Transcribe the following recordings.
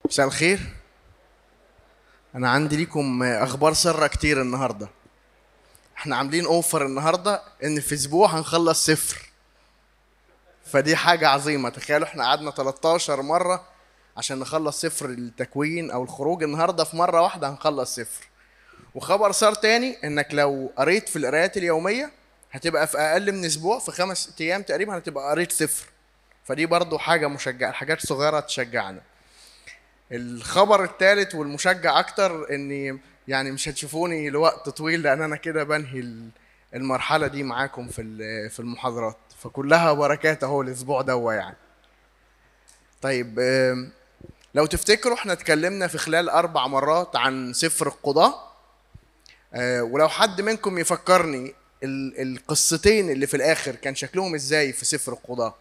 مساء الخير. انا عندي ليكم اخبار ساره كتير النهارده. احنا عاملين اوفر النهارده ان في اسبوع هنخلص صفر، فدي حاجه عظيمه. تخيلوا احنا قعدنا 13 مره عشان نخلص صفر التكوين او الخروج، النهارده في مره واحده هنخلص صفر. وخبر سار تاني انك لو قريت في القراءات اليوميه هتبقى في اقل من اسبوع، في 5 ايام تقريبا هتبقى قريت صفر. فدي برضو حاجه مشجعه، حاجات صغيره تشجعنا. الخبر الثالث والمشجع اكتر اني يعني مش هتشوفوني لوقت طويل، لان انا كده بنهي المرحله دي معاكم في المحاضرات، فكلها بركات اهو الاسبوع ده يعني. طيب، لو تفتكروا احنا اتكلمنا في خلال 4 مرات عن سفر القضاء. ولو حد منكم يفكرني القصتين اللي في الاخر كان شكلهم ازاي في سفر القضاء.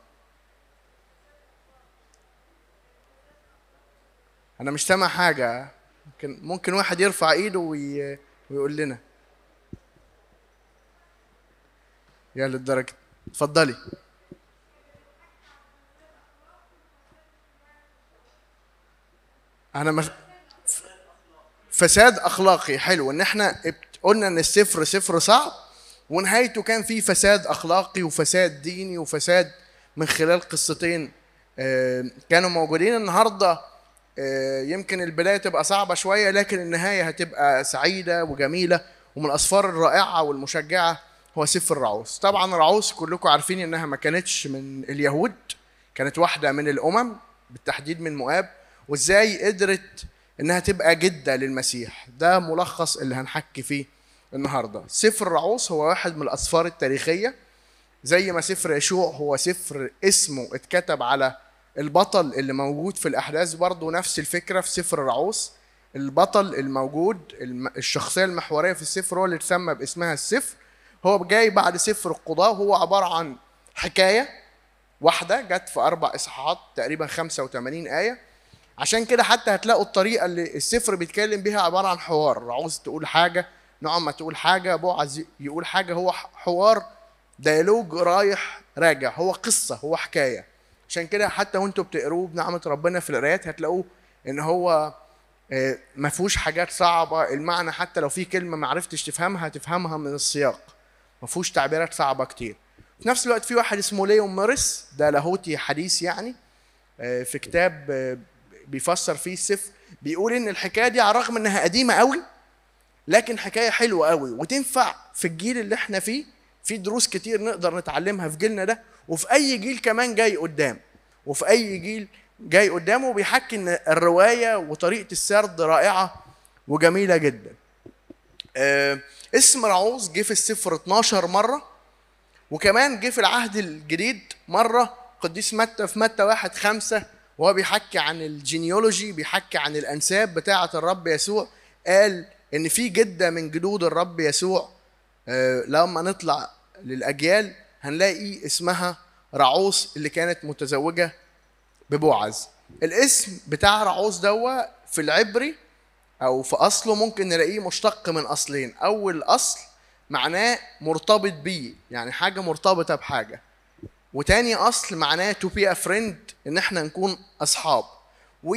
انا مش سامع حاجه. ممكن واحد يرفع ايده ويقول لنا. يا للدرجه، اتفضلي. انا مش... فساد اخلاقي. حلو ان احنا قلنا ان السفر سفر صعب، ونهايته كان فيه فساد اخلاقي وفساد ديني وفساد من خلال قصتين كانوا موجودين النهارده. يمكن البدايه تبقى صعبه شويه، لكن النهايه هتبقى سعيده وجميله. ومن الاسفار الرائعه والمشجعه هو سفر رعوس. طبعا رعوس كلكم عارفين انها ما كانتش من اليهود، كانت واحده من الامم، بالتحديد من مؤاب. وازاي قدرت انها تبقى جده للمسيح، ده ملخص اللي هنحكي فيه النهارده. سفر رعوس هو واحد من الاسفار التاريخيه، زي ما سفر يشوع هو سفر اسمه اتكتب على البطل اللي موجود في الاحداث. برضه نفس الفكره في سفر رعوس، البطل الموجود، الشخصيه المحوريه في السفر هو اللي اتسمى باسمها السفر. هو جاي بعد سفر القضاء، هو عباره عن حكايه واحده جت في 4 اصحاحات تقريبا 85 ايه. عشان كده حتى هتلاقوا الطريقه اللي السفر بيتكلم بيها عباره عن حوار. عاوز تقول حاجه، نعمة تقول حاجه، بوعز يقول حاجه. هو حوار، ديالوج رايح راجع، هو قصه، هو حكايه. عشان كده حتى وانتوا بتقروه بنعمه ربنا في القرايات هتلاقوه ان هو ما فيهوش حاجات صعبه. المعنى حتى لو في كلمه ما عرفتش تفهمها هتفهمها من السياق، ما فيهوش تعبيرات صعبه كتير. في نفس الوقت في واحد اسمه ليون موريس، ده لاهوتي حديث يعني، في كتاب بيفسر فيه السفر، بيقول ان الحكايه دي على الرغم انها قديمه قوي لكن حكايه حلوه قوي وتنفع في الجيل اللي احنا فيه. في دروس كتير نقدر نتعلمها في جيلنا ده، وفي اي جيل كمان جاي قدام، وفي اي جيل جاي قدامه. بيحكي ان الروايه وطريقه السرد رائعه وجميله جدا. اسم رعوز جه في السفر 12 مره، وكمان جه في العهد الجديد مره. قديس متى في متى 1:5 وهو بيحكي عن الجينيولوجي، بيحكي عن الانساب بتاعه الرب يسوع، قال ان في جده من جدود الرب يسوع لما نطلع للاجيال هنلاقي اسمها رعوس اللي كانت متزوجه ببوعز. الاسم بتاع رعوس دوا في العبري او في اصله ممكن نلاقيه مشتق من اصلين. اول اصل معناه مرتبط بيه، يعني حاجه مرتبطه بحاجه. وتاني اصل معناه to be a friend، ان احنا نكون اصحاب. و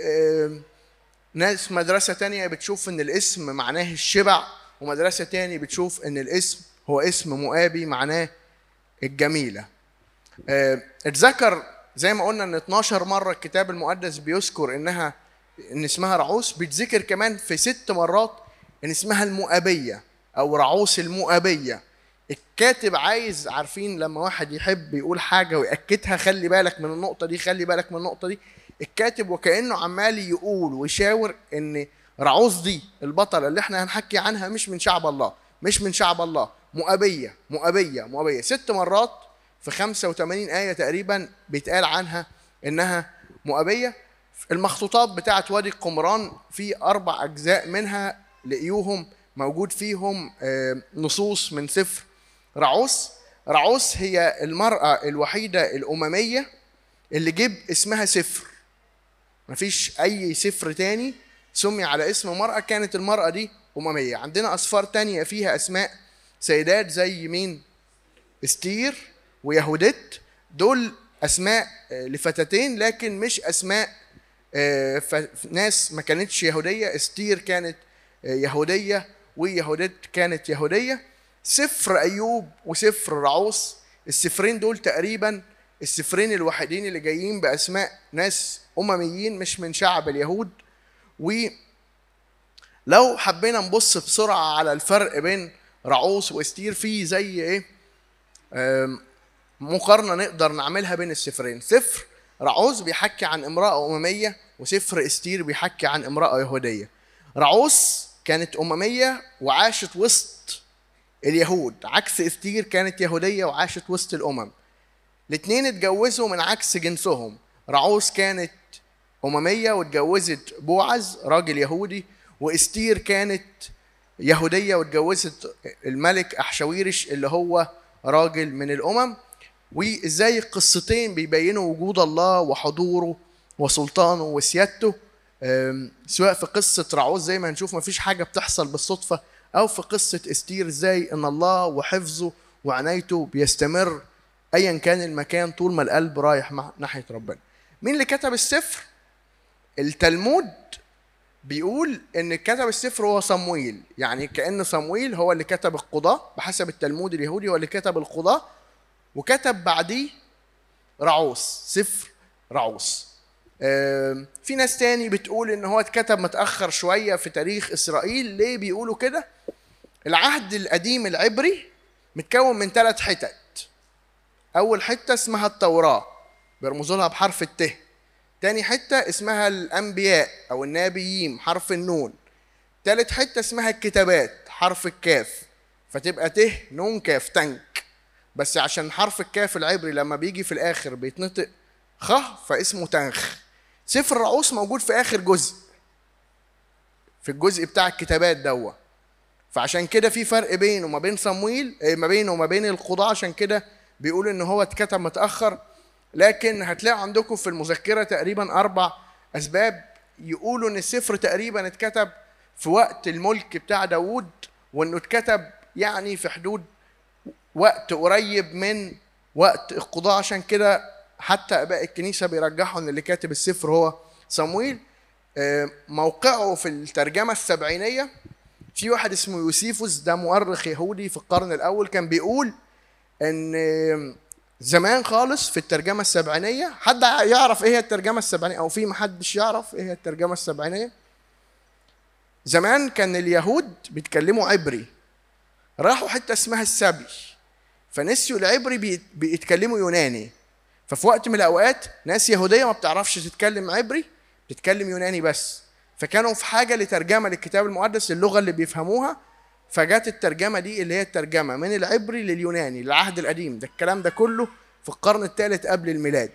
ناس مدرسة تانية بتشوف ان الاسم معناه الشبع، ومدرسة تانية بتشوف ان الاسم هو اسم مؤابي معناه الجميلة. اتذكر زي ما قلنا ان 12 مرة الكتاب المقدس بيذكر ان اسمها رعوس. بيتذكر كمان في 6 مرات ان اسمها المؤابية او رعوس المؤابية. الكاتب عايز، عارفين لما واحد يحب يقول حاجة ويأكدها، خلي بالك من النقطة دي، خلي بالك من النقطة دي. الكاتب وكأنه عمال يقول ويشاور ان رعوز دي البطلة اللي احنا هنحكي عنها مش من شعب الله، مش من شعب الله، مؤابية مؤابية مؤابية. 6 مرات في 85 آية تقريبا بيتقال عنها انها مؤابية. المخطوطات بتاعت وادي القمران في 4 أجزاء منها لقيوهم موجود فيهم نصوص من سفر رعوس. رعوس هي المرأة الوحيدة الأممية اللي جيب اسمها سفر. مفيش أي سفر تاني سمي على اسم مرأة كانت المرأة دي أممية. عندنا أسفار تانية فيها أسماء سيدات زي مين؟ استير ويهودت، دول أسماء لفتاتين لكن مش أسماء فناس ما كانتش يهودية، استير كانت يهودية ويهودت كانت يهودية. سفر أيوب وسفر رعوس، السفرين دول تقريبا السفرين الوحيدين اللي جايين بأسماء ناس أمميين مش من شعب اليهود. ولو حبينا نبص بسرعة على الفرق بين رعوس واستير، في زي ايه مقارنة نقدر نعملها بين السفرين. سفر رعوس بيحكي عن امرأة أممية، وسفر استير بيحكي عن امرأة يهودية. رعوس كانت أممية وعاشت وسط اليهود، عكس استير كانت يهودية وعاشت وسط الأمم. الاتنين اتجوزوا من عكس جنسهم. رعوس كانت أممية واتجوزت بوعز راجل يهودي، واستير كانت يهودية واتجوزت الملك أحشويرش اللي هو راجل من الأمم. وإزاي القصتين بيبينوا وجود الله وحضوره وسلطانه وسيادته، سواء في قصة رعوز زي ما هنشوف مفيش حاجة بتحصل بالصدفة، أو في قصة استير ازاي إن الله وحفظه وعنايته بيستمر أيا كان المكان طول ما القلب رايح ناحية ربنا. مين اللي كتب السفر؟ التلمود بيقول إن كتب السفر هو صمويل، يعني كأن صمويل هو اللي كتب القضاء بحسب التلمود اليهودي، هو اللي كتب القضاء، وكتب بعديه رعوس، سفر رعوس. في ناس تاني بتقول ان هو اتكتب متأخر شوية في تاريخ إسرائيل. ليه بيقولوا كده؟ العهد القديم العبري متكون من 3 حتت. أول حتة اسمها التوراة بيرمزوا لها بحرف الت. تاني حتة اسمها الأنبياء أو النبيين حرف النون. تالت حتة اسمها الكتابات حرف الكاف، فتبقى ت نون كاف تنك. بس عشان حرف الكاف العبري لما بيجي في الآخر بيتنطق خ فاسمه تنخ. سفر رعوس موجود في آخر جزء، في الجزء بتاع الكتابات دوا، فعشان كده في فرق بينه وما بين صمويل، ما بينه وما بين القضاء، عشان كده بيقول ان هو اتكتب متأخر. لكن هتلاقوا عندكم في المذكرة تقريبا 4 أسباب يقولوا ان السفر تقريبا اتكتب في وقت الملك بتاع داود، وانه اتكتب يعني في حدود وقت قريب من وقت القضاء. عشان كده حتى آباء الكنيسة بيرجحوا ان اللي كاتب السفر هو صمويل. موقعه في الترجمة السبعينية، في واحد اسمه يوسيفوس، ده مؤرخ يهودي في القرن الأول، كان بيقول ان زمان خالص في الترجمة السبعينية، حد يعرف ايه هي الترجمة السبعينية او في محدش يعرف ايه هي الترجمة السبعينية؟ زمان كان اليهود بيتكلموا عبري، راحوا حتة اسمها السبي فنسيوا العبري بيتكلموا يوناني. ففي وقت من الأوقات ناس يهودية ما بتعرفش تتكلم عبري، بتتكلم يوناني بس، فكانوا في حاجة لترجمة للكتاب المقدس للغة اللي بيفهموها. فجات الترجمة دي اللي هي الترجمة من العبري لليوناني للعهد القديم. ده الكلام ده كله في القرن الثالث قبل الميلاد.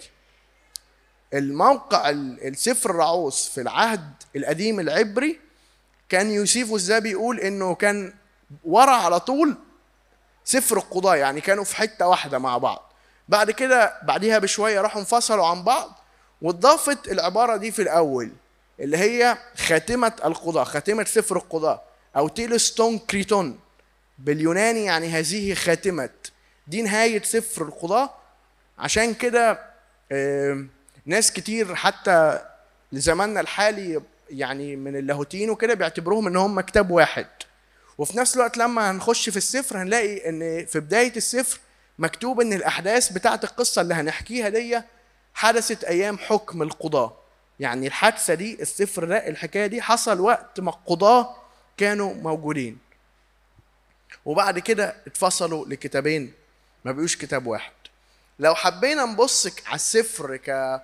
الموقع السفر رعوس في العهد القديم العبري كان يوسيفوس ده بيقول انه كان ورا على طول سفر القضاء، يعني كانوا في حتة واحدة مع بعض. بعد كده بعديها بشوية راحوا انفصلوا عن بعض، واضافت العبارة دي في الأول اللي هي خاتمة القضاء، خاتمة سفر القضاء أو تيلستون كريتون باليوناني، يعني هذه خاتمة، دي نهاية سفر القضاء. عشان كده ناس كتير حتى لزماننا الحالي يعني من اللاهوتيين وكده بيعتبروهم ان هم كتاب واحد. وفي نفس الوقت لما هنخش في السفر هنلاقي ان في بداية السفر مكتوب ان الاحداث بتاعت القصة اللي هنحكيها دي حدثت ايام حكم القضاة. يعني الحادثة دي، السفر ده، الحكاية دي حصل وقت ما القضاة كانوا موجودين، وبعد كده اتفصلوا لكتابين ما بقوش كتاب واحد. لو حبينا نبص على السفر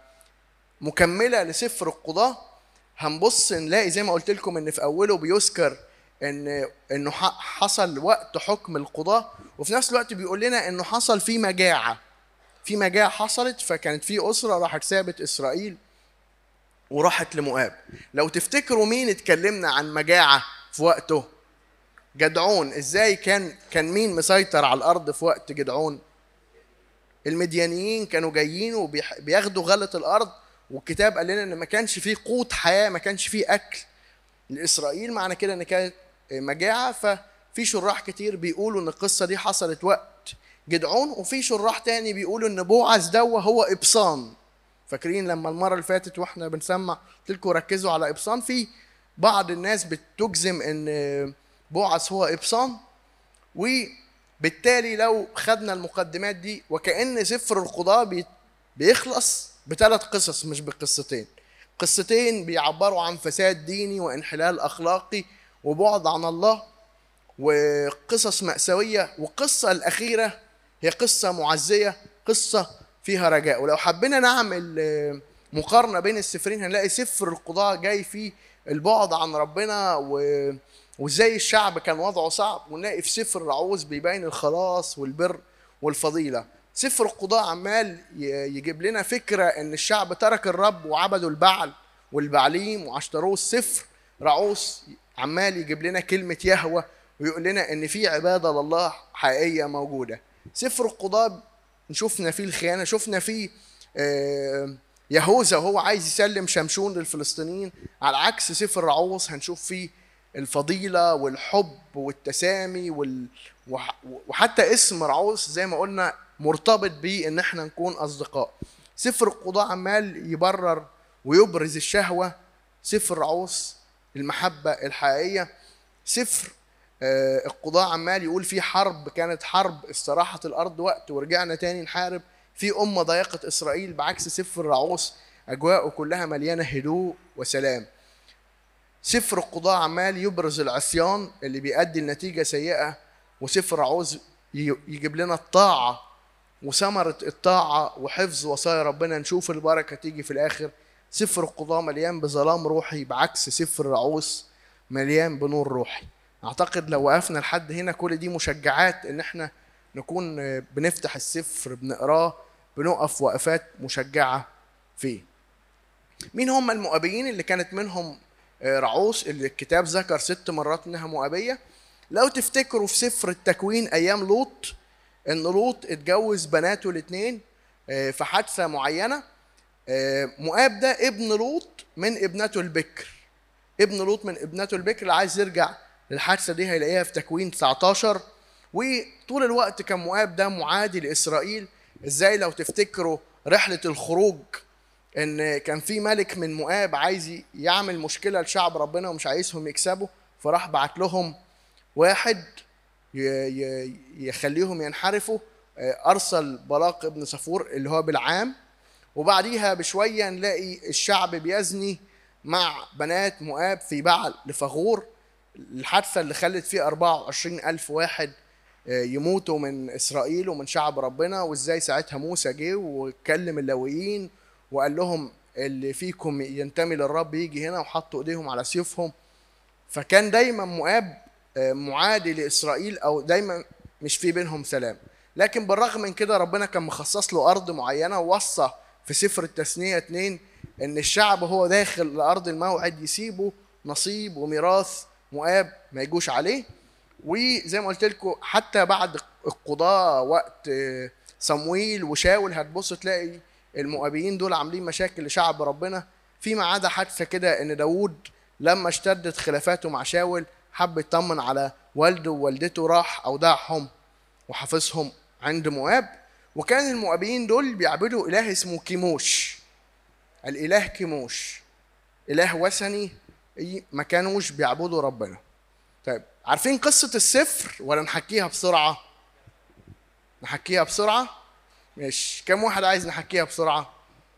كمكملة لسفر القضاة، هنبص نلاقي زي ما قلت لكم ان في اوله بيذكر انه حصل وقت حكم القضاة، وفي نفس الوقت بيقول لنا انه حصل في مجاعة حصلت، فكانت في اسرة راحت سابت اسرائيل وراحت لمؤاب. لو تفتكروا مين اتكلمنا عن مجاعة في وقته؟ جدعون. ازاي كان مين مسيطر على الارض في وقت جدعون؟ المديانيين كانوا جايين وبياخدوا غلة الارض، والكتاب قال لنا ان ما كانش فيه قوت حياة، ما كانش فيه اكل لاسرائيل. معنى كده ان كانت مجاعة. ففي شراح كتير بيقولوا ان القصة دي حصلت وقت جدعون، وفي شراح تاني بيقولوا ان بوعز دوا هو ابصان فاكرين لما المره اللي فاتت واحنا بنسمع قلت لكم ركزوا على ابصان؟ في بعض الناس بتجزم ان بوعز هو ابصان، وبالتالي لو خدنا المقدمات دي وكأن سفر القضاء بيخلص بثلاث قصص مش بقصتين. قصتين بيعبروا عن فساد ديني وانحلال اخلاقي وبعد عن الله وقصص مأساوية، والقصة الأخيرة هي قصة معزية، قصة فيها رجاء. ولو حبينا نعمل مقارنة بين السفرين هنلاقي سفر القضاء جاي فيه البعد عن ربنا وازاي الشعب كان وضعه صعب، ونلاقي في سفر الرعوز بيبين الخلاص والبر والفضيلة. سفر القضاء عمال يجيب لنا فكرة ان الشعب ترك الرب وعبدوا البعل والبعليم وعشتروه. سفر رعوز عمال يجيب لنا كلمة يهوه ويقول لنا ان في عبادة لله حقيقية موجودة. سفر القضاء شفنا فيه الخيانة، شفنا فيه يهوذا وهو عايز يسلم شمشون للفلسطينيين، على عكس سفر رعوز هنشوف فيه الفضيلة والحب والتسامي وحتى اسم رعوز زي ما قلنا مرتبط بيه ان احنا نكون اصدقاء. سفر القضاء عمال يبرر ويبرز الشهوة، سفر رعوز المحبة الحقيقية. سفر القضاء عمال يقول في حرب كانت حرب استراحت الارض وقت ورجعنا تاني نحارب، في امه ضايقت اسرائيل، بعكس سفر رعوز اجواءه كلها مليانه هدوء وسلام. سفر القضاء عمال يبرز العصيان اللي بيؤدي لنتيجه سيئه، وسفر رعوز يجيب لنا الطاعه وثمره الطاعه وحفظ وصايا ربنا، نشوف البركه تيجي في الاخر. سفر القضاء مليان بظلام روحي، بعكس سفر رعوز مليان بنور روحي. اعتقد لو وقفنا لحد هنا كل دي مشجعات ان احنا نكون بنفتح السفر بنقراه بنقف وقفات مشجعة فيه. مين هم المؤابيين اللي كانت منهم رعوز اللي الكتاب ذكر 6 مرات انها مؤابية؟ لو تفتكروا في سفر التكوين ايام لوط، ان لوط اتجوز بناته الاثنين في حادثة معينة. مؤاب ده ابن لوط من ابنته البكر، ابن لوط من ابنته البكر. اللي عايز يرجع الحادثة دي هيلاقيها في تكوين 19. وطول الوقت كان مؤاب ده معادي لإسرائيل. ازاي؟ لو تفتكروا رحلة الخروج، ان كان في ملك من مؤاب عايز يعمل مشكلة لشعب ربنا ومش عايزهم يكسبوا، فراح بعت لهم واحد يخليهم ينحرفوا. ارسل بلاق ابن صفور اللي هو بالعام، وبعديها بشوية نلاقي الشعب بيزني مع بنات مؤاب في بعل لفغور، الحادثة اللي خلت فيه 24,000 واحد يموتوا من إسرائيل ومن شعب ربنا. وإزاي ساعتها موسى جه وكلم اللاويين وقال لهم اللي فيكم ينتمي للرب يجي هنا، وحطوا إيديهم على سيوفهم. فكان دايما مؤاب معادي لإسرائيل، أو دايما مش في بينهم سلام. لكن بالرغم من كده ربنا كان مخصص له أرض معينة، ووصى في سفر التثنية 2 إن الشعب هو داخل لأرض الموعد يسيبوا نصيب وميراث مؤاب ما يجوش عليه. وزي ما قلت لكم حتى بعد القضاء وقت صمويل وشاول هتبص تلاقي المؤابيين دول عاملين مشاكل لشعب ربنا، فيما عدا حادثة كده ان داود لما اشتدت خلافاته مع شاول حب يطمن على والده ووالدته، راح اودعهم وحافظهم عند مؤاب. وكان المؤابيين دول بيعبدوا اله اسمه كيموش، الاله كيموش اله وثني، ما كانوش بيعبدوا ربنا. طيب عارفين قصة السفر ولا نحكيها بسرعة؟ نحكيها بسرعة؟ ماشي، كم واحد عايز نحكيها بسرعة؟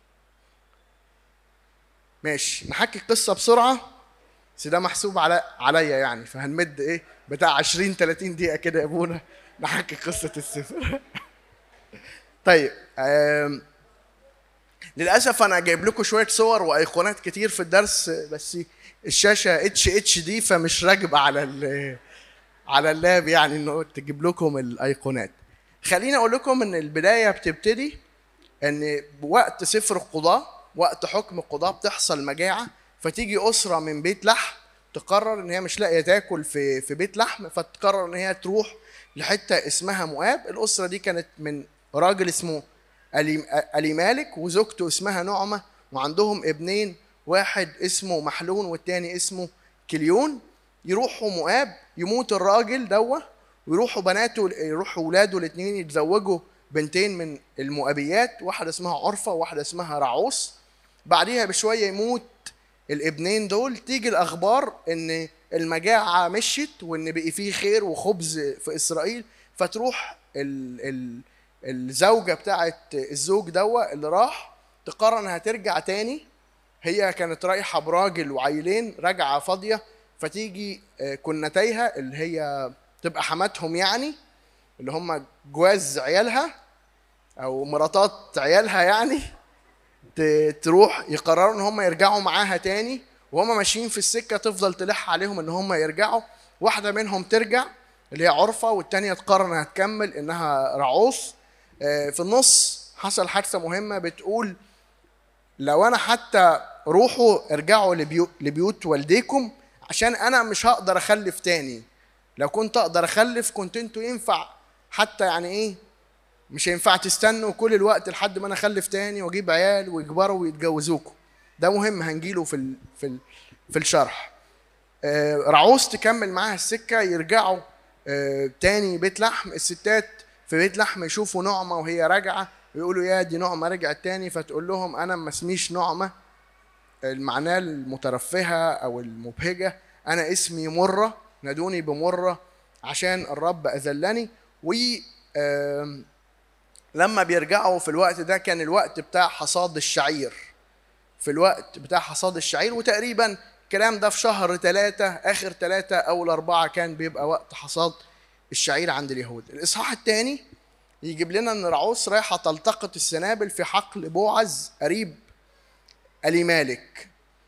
ماشي نحكي القصة بسرعة، بس ده محسوب عليا يعني، فهنمد بتاع 20-30 دقيقة كده يا ابونا نحكي قصة السفر. طيب للأسف أنا جايب لكم شوية صور وأيقونات كتير في الدرس، بس الشاشة HD فمش راكبة على اللاب يعني إنه تجيب لكم الأيقونات. خليني أقول لكم إن البداية بتبتدي إن بوقت سفر القضاء، وقت حكم القضاء بتحصل مجاعة، فتيجي أسرة من بيت لحم تقرر إن هي مش لاقية تاكل في بيت لحم، فتقرر إن هي تروح لحتة اسمها مؤاب. الأسرة دي كانت من راجل اسمه أليمالك وزوجته اسمها نعمة، وعندهم ابنين، واحد اسمه محلون والتاني اسمه كليون. يروحوا مؤاب، يموت الراجل دوه، ويروحوا بناته يروحوا ولاده الاثنين يتزوجوا بنتين من المؤبيات، واحده اسمها عرفه وواحده اسمها رعوس. بعديها بشويه يموت الابنين دول، تيجي الاخبار ان المجاعه مشيت وان بقي فيه خير وخبز في اسرائيل، فتروح الزوجه بتاعت الزوج دوا اللي راح تقرر انها ترجع تاني. هي كانت رايحه براجل وعيلين، راجعه فاضيه، فتيجي كنتيها اللي هي تبقى حماتهم يعني، اللي هم جواز عيالها او مراتات عيالها يعني، تروح يقرروا ان هم يرجعوا معاها تاني. وهم ماشيين في السكه تفضل تلح عليهم ان هم يرجعوا. واحده منهم ترجع اللي هي عرفه، والتانيه تقرر انها تكمل انها رعوس. في النص حصل حادثه مهمه بتقول لو انا حتى روحوا ارجعوا لبيوت والديكم، عشان انا مش هقدر اخلف تاني. لو كنت اقدر اخلف كنت انتوا ينفع حتى يعني ايه، مش هينفع تستنوا كل الوقت لحد ما انا اخلف تاني واجيب عيال ويكبروا ويتجوزوكم. ده مهم هنجيله في الشرح. رعوس تكمل معاها السكه، يرجعوا تاني بيت لحم. الستات في بيت لحم يشوفوا نعمه وهي راجعه ويقولوا يا دي نعمه رجعت تاني، فتقول لهم انا ما اسميش نعمه المعناه المترفهه او المبهجه، انا اسمي مره، نادوني بمره عشان الرب اذلني. و لما بيرجعوا في الوقت ده كان الوقت بتاع حصاد الشعير، في الوقت بتاع حصاد الشعير، وتقريبا الكلام ده في شهر 3، آخر 3 أو 4 كان بيبقى وقت حصاد الشعير عند اليهود. الإصحاح الثاني يجيب لنا إن رعوس رايحة تلتقط السنابل في حقل بوعز قريب ألي مالك.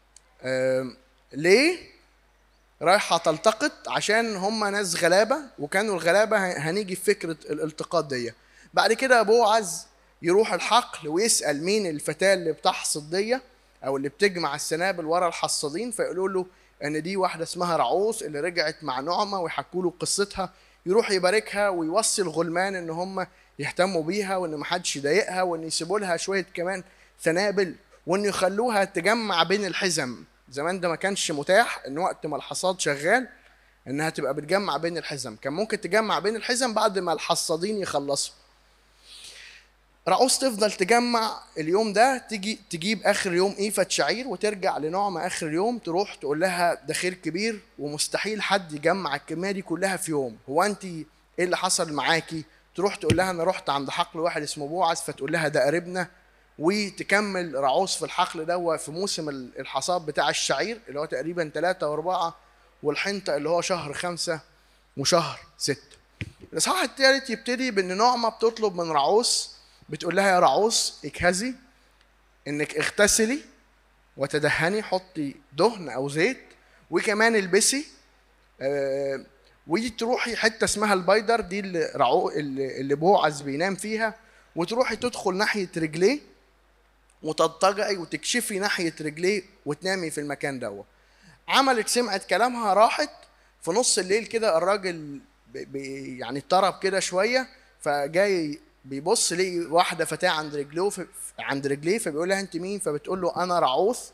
ليه؟ رايحة تلتقط عشان هم ناس غلابة، وكانوا الغلابة هنيجي في فكرة الالتقاط دي. بعد كده بوعز يروح الحقل ويسأل مين الفتاة اللي بتحصد دي أو اللي بتجمع السنابل ورا الحصادين، فيقولوا له إن دي واحدة اسمها رعوس اللي رجعت مع نعمة، ويحكوا له قصتها. يروح يباركها ويوصي الغلمان إن هم يهتموا بيها وإن محدش يضايقها، وإن يسيبوا لها شوية كمان سنابل، وإن يخلوها تجمع بين الحزم. زمان ده ما كانش متاح ان وقت ما الحصاد شغال انها تبقى بتجمع بين الحزم، كان ممكن تجمع بين الحزم بعد ما الحصادين يخلصوا. رعوس تفضل تجمع اليوم ده، تيجي تجيب اخر يوم ايفة شعير وترجع لنعمة اخر اليوم، تروح تقول لها ده خير كبير ومستحيل حد يجمع الكمية دي كلها في يوم، هو انت ايه اللي حصل معاكي؟ تروح تقول لها انا رحت عند حقل واحد اسمه بوعز، فتقول لها ده قريبنا. وتكمل رعوس في الحقل ده في موسم الحصاد بتاع الشعير اللي هو تقريبا 3 و4، والحنطة اللي هو شهر 5 وشهر 6. الإصحاح الثالث يبتدي بأن نعمة بتطلب من رعوس، بتقول لها يا رعوس اجهزي انك اغتسلي وتدهني، حطي دهن او زيت، وكمان البسي وتروحي حته اسمها البيدر دي اللي بوعز بينام فيها، وتروحي تدخل ناحيه رجليه وتضطجعي وتكشفي ناحيه رجليه وتنامي في المكان ده. عملت سمعت كلامها، راحت في نص الليل كده الراجل يعني اضطرب كده شويه، فجاي بيبص لقي واحده فتاه عند رجليه فبيقول لها انت مين؟ فبتقول له انا رعوث،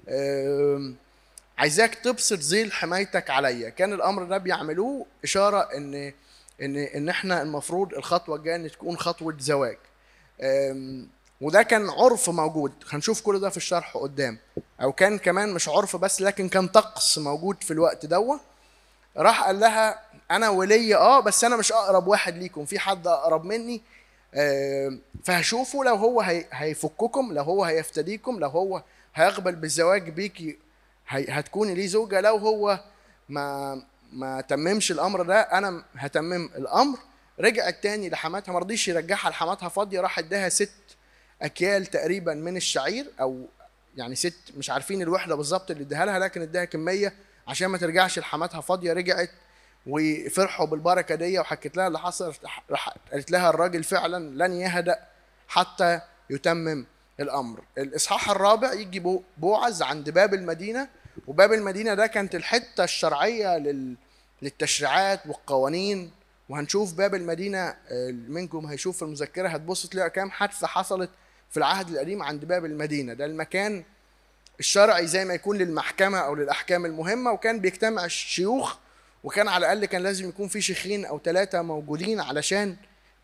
عايزاك تبسط ذيل حمايتك عليا. كان الامر ده بيعملوه اشاره ان احنا المفروض الخطوه الجايه ان تكون خطوه زواج، وده كان عرف موجود، هنشوف كل ده في الشرح قدام. او كان كمان مش عرف بس، لكن كان طقس موجود في الوقت ده. راح قال لها انا ولي بس انا مش اقرب واحد ليكم، في حد اقرب مني فهشوفه، لو هو هيفككم، لو هو هيفتديكم، لو هو هيقبل بالزواج بيكي هتكوني ليه زوجة، لو هو ما تممش الامر ده انا هتمم الامر. رجعت تاني لحماتها، ما رضيش يرجعها لحماتها فاضيه، راح اداها 6 اكيال تقريبا من الشعير، او يعني 6 مش عارفين الوحده بالظبط اللي اداها لها، لكن اداها كميه عشان ما ترجعش لحماتها فاضيه. رجعت وفرحوا بالبركه دي، وحكت لها اللي حصل، قالت لها الراجل فعلا لن يهدأ حتى يتمم الامر. الاصحاح الرابع يجي بوعز عند باب المدينه، وباب المدينه ده كانت الحته الشرعيه للتشريعات والقوانين. وهنشوف باب المدينه، منكم هيشوف في المذكره هتبص تلاقي كام حادثه حصلت في العهد القديم عند باب المدينه. ده المكان الشرعي زي ما يكون للمحكمه او للاحكام المهمه، وكان بيجتمع الشيوخ، وكان على الاقل كان لازم يكون في شيخين او 3 موجودين علشان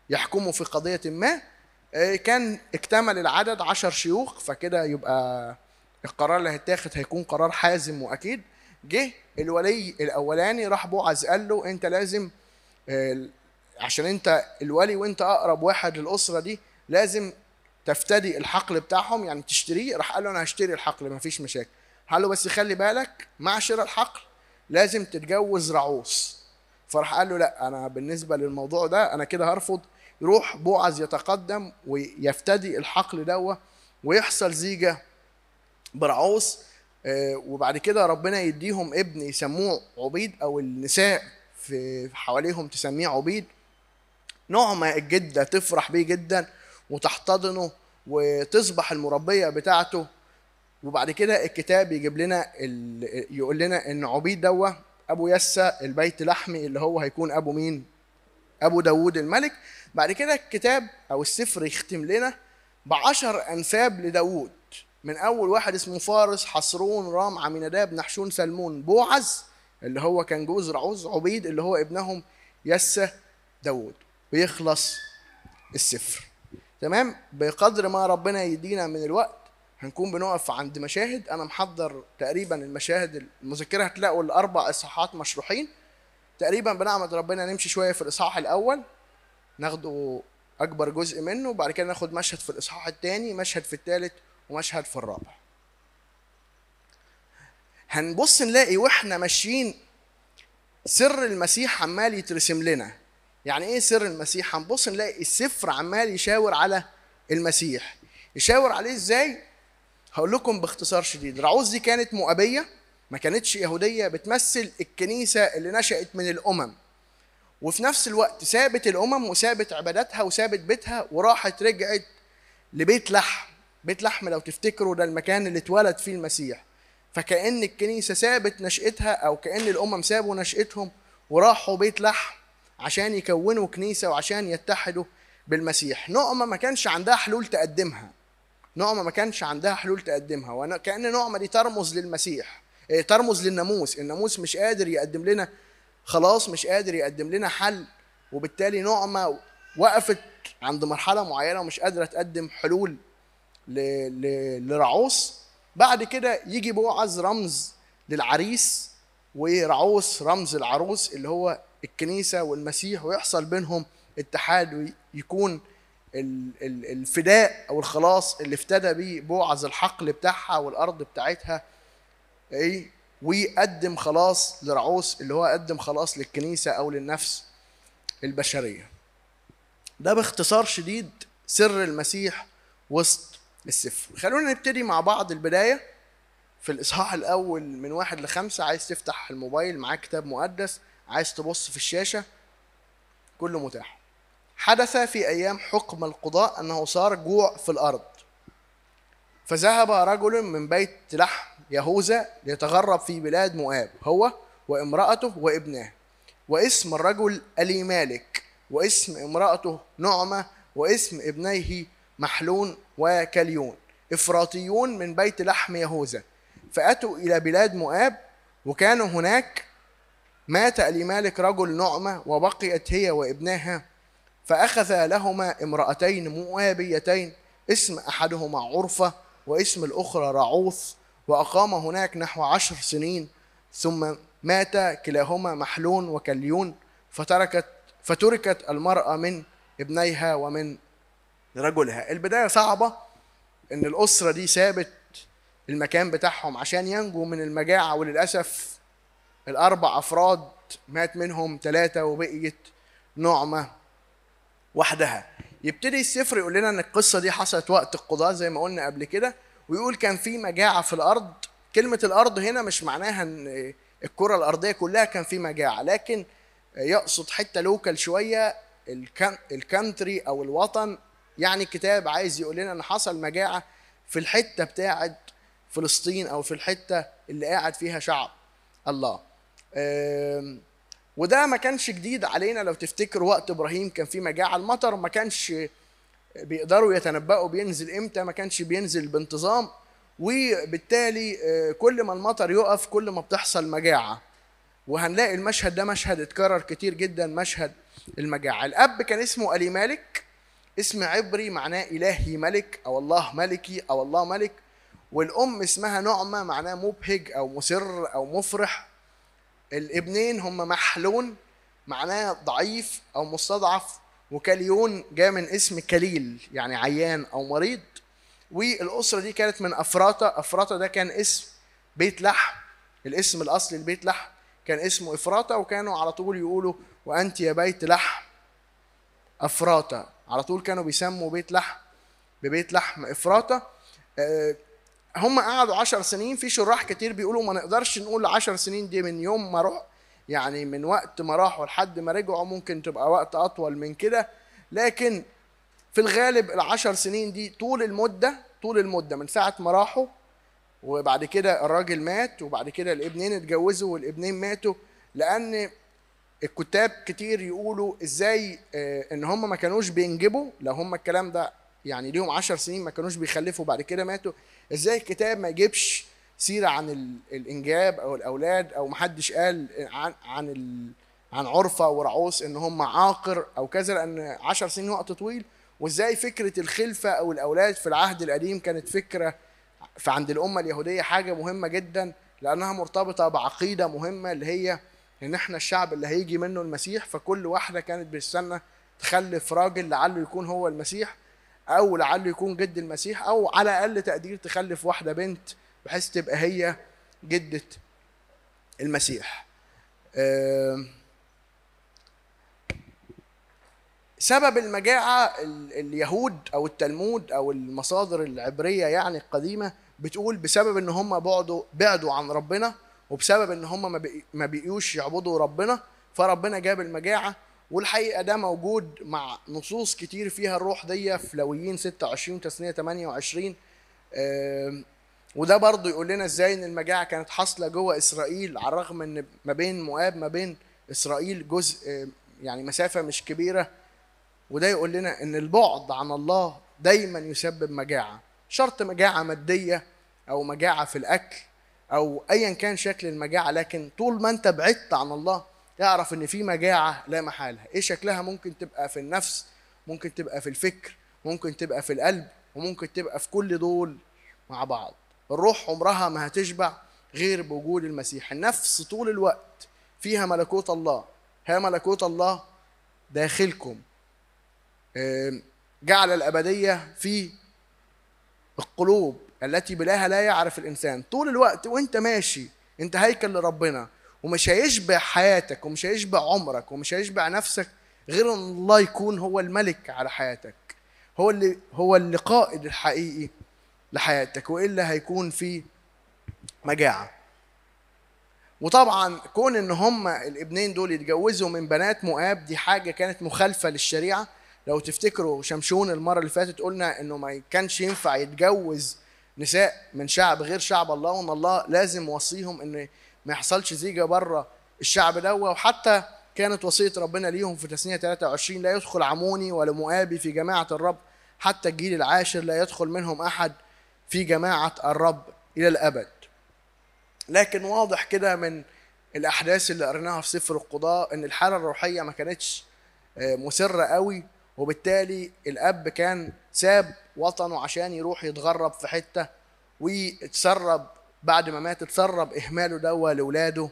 يحكموا في قضية ما. كان اكتمل العدد 10 شيوخ، فكده يبقى القرار اللي هيتاخد هيكون قرار حازم واكيد. جه الولي الاولاني راح بوعز قال له انت لازم، عشان انت الولي وانت اقرب واحد للاسره دي، لازم تفتدي الحقل بتاعهم، يعني تشتريه. راح قال له انا هشتري الحقل مفيش مشاكل. قال له بس خلي بالك مع شراء الحقل لازم تتجوز رعوس. فراح قال له لا، انا بالنسبه للموضوع ده انا كده هرفض. يروح بوعز يتقدم ويفتدي الحقل دوه، ويحصل زيجه برعوس. وبعد كده ربنا يديهم ابن يسموه عبيد، او النساء في حواليهم تسميه عبيد. نعمة الجدة تفرح بيه جدا وتحتضنه وتصبح المربية بتاعته. وبعد كده الكتاب يجيب لنا يقول لنا ان عبيد دوه ابو يسى البيت لحمي، اللي هو هيكون ابو مين؟ ابو داوود الملك. بعد كده الكتاب او السفر يختم لنا ب10 انساب لداوود، من اول واحد اسمه فارس، حصرون، رام، عميناداب، نحشون، سلمون، بوعز اللي هو كان جوز رعوز، عبيد اللي هو ابنهم يسى، داوود، ويخلص السفر. تمام. بقدر ما ربنا يدينا من الوقت هنكون بنقف عند مشاهد. انا محضر تقريبا المشاهد المذكره، هتلاقوا الاربع اصحاحات مشروحين تقريبا. بنعمة ربنا نمشي شويه في الاصحاح الاول ناخده اكبر جزء منه، وبعد كده ناخد مشهد في الاصحاح الثاني، مشهد في الثالث، ومشهد في الرابع. هنبص نلاقي واحنا ماشيين سر المسيح عمال يترسم لنا. يعني ايه سر المسيح؟ هنبص نلاقي السفر عمال يشاور على المسيح. يشاور عليه ازاي؟ هقول لكم باختصار شديد. رعوز دي كانت مؤبية، ما كانتش يهودية، بتمثل الكنيسة اللي نشأت من الأمم، وفي نفس الوقت سابت الأمم وسابت عباداتها وسابت بيتها وراحت رجعت لبيت لحم. بيت لحم لو تفتكروا ده المكان اللي اتولد فيه المسيح. فكأن الكنيسة سابت نشأتها، أو كأن الأمم سابوا نشأتهم وراحوا بيت لحم عشان يكونوا كنيسة وعشان يتحدوا بالمسيح. نعمة ما كانش عندها حلول تقدمها، نعمة ما كانش عندها حلول تقدمها، وكأن نعمة دي ترمز للمسيح، ترمز للناموس. الناموس مش قادر يقدم لنا خلاص، مش قادر يقدم لنا حل، وبالتالي نعمة وقفت عند مرحلة معينة ومش قادرة تقدم حلول لرعوس. بعد كده يجي بوعز رمز للعريس، ورعوس رمز العروس اللي هو الكنيسة والمسيح، ويحصل بينهم اتحاد، ويكون الفداء او الخلاص اللي افتدى بيه بوعز الحقل بتاعها والارض بتاعتها، ايه، ويقدم خلاص لرعوس اللي هو قدم خلاص للكنيسة او للنفس البشرية. ده باختصار شديد سر المسيح وسط السفر. خلونا نبتدي مع بعض البداية في الإصحاح الأول من 1 ل5. عايز تفتح الموبايل معاك كتاب مقدس، عايز تبص في الشاشة، كله متاح. حدث في أيام حكم القضاء أنه صار جوع في الأرض، فذهب رجل من بيت لحم يهوذا ليتغرب في بلاد مؤاب، هو وامرأته وابناه. واسم الرجل أليمالك، واسم امرأته نعمة، واسم ابنيه محلون وكليون، إفراطيون من بيت لحم يهوذا. فأتوا إلى بلاد مؤاب، وكانوا هناك. مات أليمالك رجل نعمة، وبقيت هي وابناها. فأخذ لهما امرأتين مؤابيتين، اسم أحدهما عرفة واسم الأخرى رعوث، وأقام هناك نحو 10 سنين. ثم مات كلاهما محلون وكليون، فتركت المرأة من ابنيها ومن رجلها. البداية صعبة، إن الأسرة دي سابت المكان بتاعهم عشان ينجوا من المجاعة، وللأسف الأربع أفراد مات منهم 3 وبقيت نعمة وحدها. يبتدي السفر يقول لنا ان القصه دي حصلت وقت القضاء زي ما قلنا قبل كده، ويقول كان في مجاعه في الارض. كلمه الارض هنا مش معناها ان الكره الارضيه كلها كان في مجاعه، لكن يقصد حته لوكال شويه، الكانتري او الوطن. يعني الكتاب عايز يقول لنا ان حصل مجاعه في الحته بتاعه فلسطين، او في الحته اللي قاعد فيها شعب الله. وده ما كانش جديد علينا. لو تفتكروا وقت ابراهيم كان في مجاعه، المطر ما كانش بيقدروا يتنبأوا بينزل امتى، ما كانش بينزل بانتظام، وبالتالي كل ما المطر يقف كل ما بتحصل مجاعه. وهنلاقي المشهد ده مشهد اتكرر كتير جدا، مشهد المجاعة. الأب كان اسمه أليمالك، اسم عبري معناه إلهي ملك أو الله ملكي أو الله ملك. والأم اسمها نعمة معناه مبهج أو مسر أو مفرح. الابنين هم محلون معناه ضعيف أو مستضعف، وكليون جاء من اسم كليل يعني عيان أو مريض. والأسرة دي كانت من أفراطة. أفراطة ده كان اسم بيت لحم، الاسم الأصلي لبيت لحم كان اسمه إفراطة، وكانوا على طول يقولوا وأنت يا بيت لحم أفراطة، على طول كانوا بيسموا بيت لحم ببيت لحم إفراطة. هم قعدوا 10 سنين. في شراح كتير بيقولوا ما نقدرش نقول 10 سنين دي من يوم ما روح، يعني من وقت ما راحوا لحد ما رجعوا، ممكن تبقى وقت أطول من كده، لكن في الغالب ال10 سنين دي طول المدة من ساعة ما راحوا، وبعد كده الراجل مات، وبعد كده الابنين اتجوزوا والابنين ماتوا. لأن الكتاب كتير يقولوا ازاي ان هم ما كانوش بينجبوا، لو هم الكلام ده يعني ليهم 10 سنين ما كانوش بيخلفوا بعد كده ماتوا، ازاي الكتاب ما يجيبش سيرة عن الانجاب او الاولاد، او محدش قال عن عرفة ورعوس ان هم عاقر او كذا، لان 10 سنين وقت طويل. وازاي فكرة الخلفة او الاولاد في العهد القديم كانت فكرة فعند الامة اليهودية حاجة مهمة جدا، لانها مرتبطة بعقيدة مهمة اللي هي ان احنا الشعب اللي هيجي منه المسيح. فكل واحدة كانت بتستنى تخلف راجل لعله يكون هو المسيح، او لعله يكون جد المسيح، او على اقل تقدير تخلف واحدة بنت بحيث تبقى هي جدة المسيح. سبب المجاعة اليهود او التلمود او المصادر العبرية يعني القديمة بتقول بسبب ان هم بعدوا عن ربنا، وبسبب ان هم ما بقيوش يعبدوا ربنا، فربنا جاب المجاعة. والحقيقة ده موجود مع نصوص كتير فيها الروح دي في لاويين 26 وتثنية 28. وده برضو يقول لنا ازاي ان المجاعة كانت حاصلة جوه اسرائيل، على الرغم ان ما بين مؤاب ما بين اسرائيل جزء يعني مسافة مش كبيرة. وده يقول لنا ان البعد عن الله دايما يسبب مجاعة، شرط مجاعة مادية او مجاعة في الاكل او ايا كان شكل المجاعة، لكن طول ما انت بعدت عن الله اعرف ان في مجاعة لا محالة. ايه شكلها؟ ممكن تبقى في النفس، ممكن تبقى في الفكر، ممكن تبقى في القلب، وممكن تبقى في كل دول مع بعض. الروح عمرها ما هتشبع غير بوجود المسيح. النفس طول الوقت فيها ملكوت الله، ها ملكوت الله داخلكم، جعل الأبدية في القلوب التي بلاها لا يعرف الإنسان. طول الوقت وانت ماشي انت هيكل لربنا، ومش هيشبع حياتك ومش هيشبع عمرك ومش هيشبع نفسك غير ان الله يكون هو الملك على حياتك، هو اللي قائد الحقيقي لحياتك، وإلا هيكون في مجاعة. وطبعا كون ان هم الابنين دول يتجوزوا من بنات مؤاب دي حاجة كانت مخالفة للشريعة. لو تفتكروا شمشون المرة اللي فاتت قلنا انه ما كانش ينفع يتجوز نساء من شعب غير شعب الله، وان الله لازم يوصيهم ان ما يحصلش زيجة بره الشعب ده. وحتى كانت وصية ربنا ليهم في تثنية 23 لا يدخل عموني ولا مؤابي في جماعة الرب، حتى الجيل العاشر لا يدخل منهم أحد في جماعة الرب إلى الأبد. لكن واضح كده من الأحداث اللي قريناها في سفر القضاء إن الحالة الروحية ما كانتش مسرة قوي، وبالتالي الأب كان ساب وطنه عشان يروح يتغرب في حتة، ويتسرب بعد ما مات، اتسرب إهماله دوا لولاده،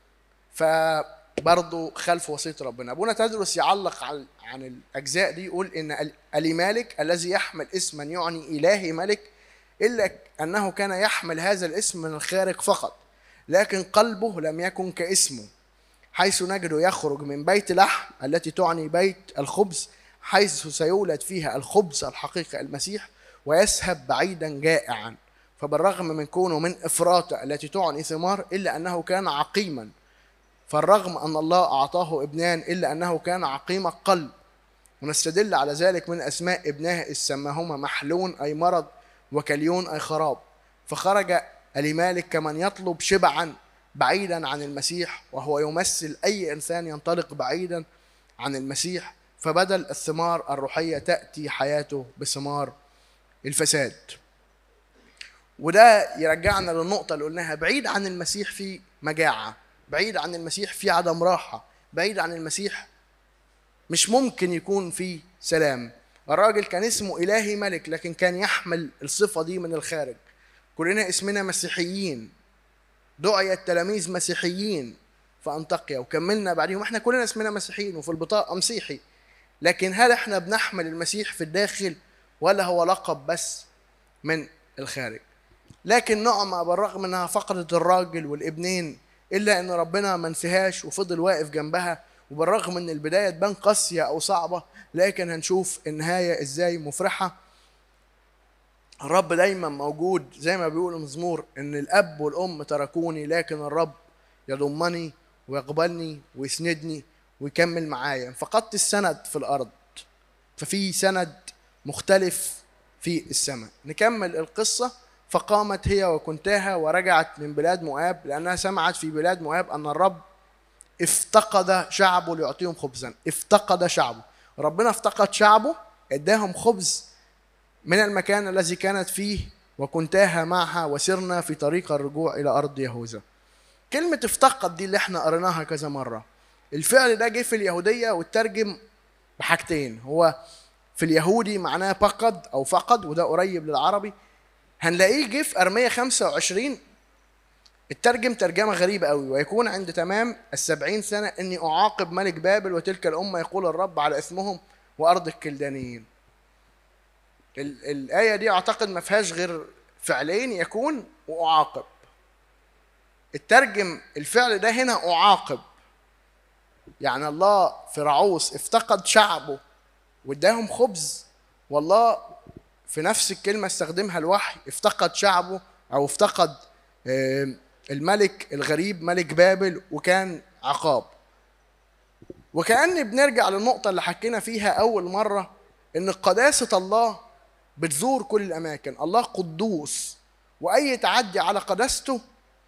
فبرضه خلف وصية ربنا. أبونا تدرس يعلق عن الأجزاء دي يقول إن أليمالك الذي يحمل اسما يعني إلهي ملك، إلا أنه كان يحمل هذا الاسم من الخارج فقط، لكن قلبه لم يكن كاسمه، حيث نجده يخرج من بيت لحم التي تعني بيت الخبز، حيث سيولد فيها الخبز الحقيقي المسيح، ويذهب بعيدا جائعا. فبالرغم من كونه من إفراطة التي تعني ثمار، إلا أنه كان عقيما. فالرغم أن الله أعطاه ابنان، إلا أنه كان عقيم القلب. ونستدل على ذلك من أسماء ابناه إذ سماهما محلون أي مرض، وكليون أي خراب. فخرج أليمالك كمن يطلب شبعا بعيدا عن المسيح، وهو يمثل أي إنسان ينطلق بعيدا عن المسيح، فبدل الثمار الروحية تأتي حياته بثمار الفساد. وده يرجعنا للنقطة اللي قلناها، بعيد عن المسيح في مجاعة، بعيد عن المسيح في عدم راحة، بعيد عن المسيح مش ممكن يكون في سلام. الراجل كان اسمه إلهي ملك، لكن كان يحمل الصفة دي من الخارج. كلنا اسمنا مسيحيين، دعي التلاميذ مسيحيين في أنطاكيا وكملنا بعديهم، احنا كلنا اسمنا مسيحيين وفي البطاقة مسيحي، لكن هل احنا بنحمل المسيح في الداخل ولا هو لقب بس من الخارج؟ لكن نعمة بالرغم انها فقدت الراجل والابنين، الا ان ربنا ما نسيهاش وفضل واقف جنبها، وبالرغم ان البداية تبان قاسية او صعبة، لكن هنشوف النهاية ازاي مفرحة. الرب دايما موجود، زي ما بيقول المزمور ان الاب والام تركوني لكن الرب يضمني ويقبلني ويسندني ويكمل معايا. فقدت السند في الارض، ففي سند مختلف في السماء. نكمل القصة. فقامت هي وكنتاها ورجعت من بلاد مؤاب، لأنها سمعت في بلاد مؤاب أن الرب افتقد شعبه ليعطيهم خبزا. افتقد شعبه، ربنا افتقد شعبه، اداهم خبز من المكان الذي كانت فيه، وكنتاها معها وسرنا في طريق الرجوع إلى أرض يهوذا. كلمة افتقد دي اللي احنا قريناها كذا مرة. الفعل ده جه في اليهودية واترجم بحاجتين. هو في اليهودي معناه فقد أو فقد، وده قريب للعربي. هنلاقيه جه في أرمية 25 الترجم ترجمة غريبة قوي: ويكون عند تمام 70 سنة إني أعاقب ملك بابل وتلك الأمة، يقول الرب، على إثمهم وأرض الكلدانيين. الآية دي أعتقد ما فيهاش غير فعلين: يكون وأعاقب. الترجم الفعل ده هنا أعاقب، يعني الله في رعوس افتقد شعبه واداهم خبز، والله في نفس الكلمة استخدمها الوحي: افتقد شعبه أو افتقد الملك الغريب ملك بابل، وكان عقاب. وكأن بنرجع للنقطة اللي حكينا فيها أول مرة، إن قداسة الله بتزور كل الأماكن. الله قدوس، وأي تعدي على قداسته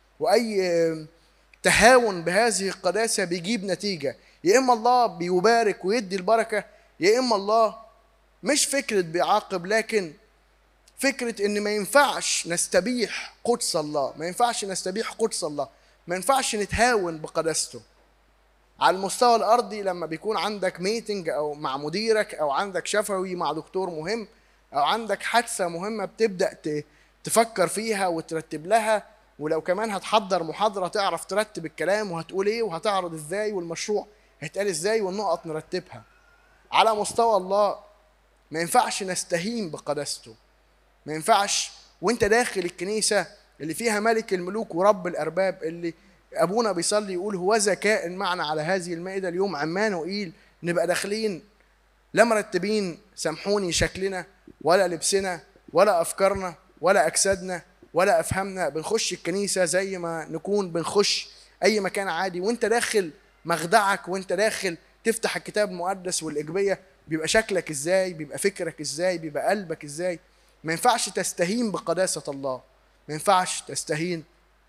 وأي تهاون بهذه القداسة بيجيب نتيجة. يا إما الله بيبارك ويدي البركة، يا إما الله مش فكرة بيعاقب، لكن فكرة إن ما ينفعش نستبيح قدس الله، ما ينفعش نستبيح قدس الله، ما ينفعش نتهاون بقداسته. على المستوى الأرضي لما بيكون عندك ميتنج أو مع مديرك، أو عندك شفوي مع دكتور مهم، أو عندك حادثة مهمة بتبدأ تفكر فيها وترتب لها، ولو كمان هتحضر محاضرة تعرف ترتب الكلام وهتقول إيه وهتعرض إزاي والمشروع هيتقال إزاي والنقط نرتبها. على مستوى الله ما ينفعش نستهين بقداسته. ما ينفعش وانت داخل الكنيسة اللي فيها ملك الملوك ورب الأرباب، اللي أبونا بيصلي يقول هوذا كائن معنا على هذه المائدة اليوم عمانوئيل، نبقى داخلين لا مرتبين، سامحوني، شكلنا ولا لبسنا ولا أفكارنا ولا أجسادنا ولا أفهامنا، بنخش الكنيسة زي ما نكون بنخش أي مكان عادي. وانت داخل مخدعك وانت داخل تفتح الكتاب المقدس والإجبية، بيبقى شكلك إزاي، بيبقى فكرك إزاي، بيبقى قلبك إزاي. ما ينفعش تستهين بقداسة الله، ما ينفعش تستهين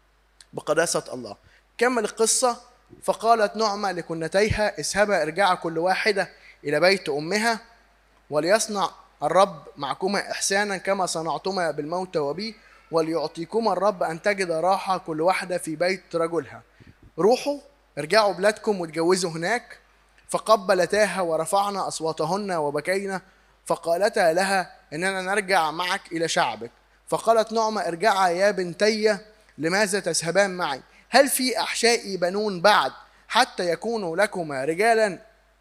بقداسة الله. كمل القصة. فقالت نعمة لكنتيها اذهبا ارجعا كل واحدة إلى بيت أمها، وليصنع الرب معكما إحسانا كما صنعتما بالموت وبي، وليعطيكما الرب أن تجد راحة كل واحدة في بيت رجلها. روحوا ارجعوا بلادكم واتجوزوا هناك. فقبلتاها ورفعنا أصواتهن وبكينا، فقالتا لها إننا نرجع معك إلى شعبك. فقالت نعمة ارجعا يا بنتي، لماذا تذهبان معي؟ هل في أحشائي بنون بعد حتى يكونوا لكما رجالا؟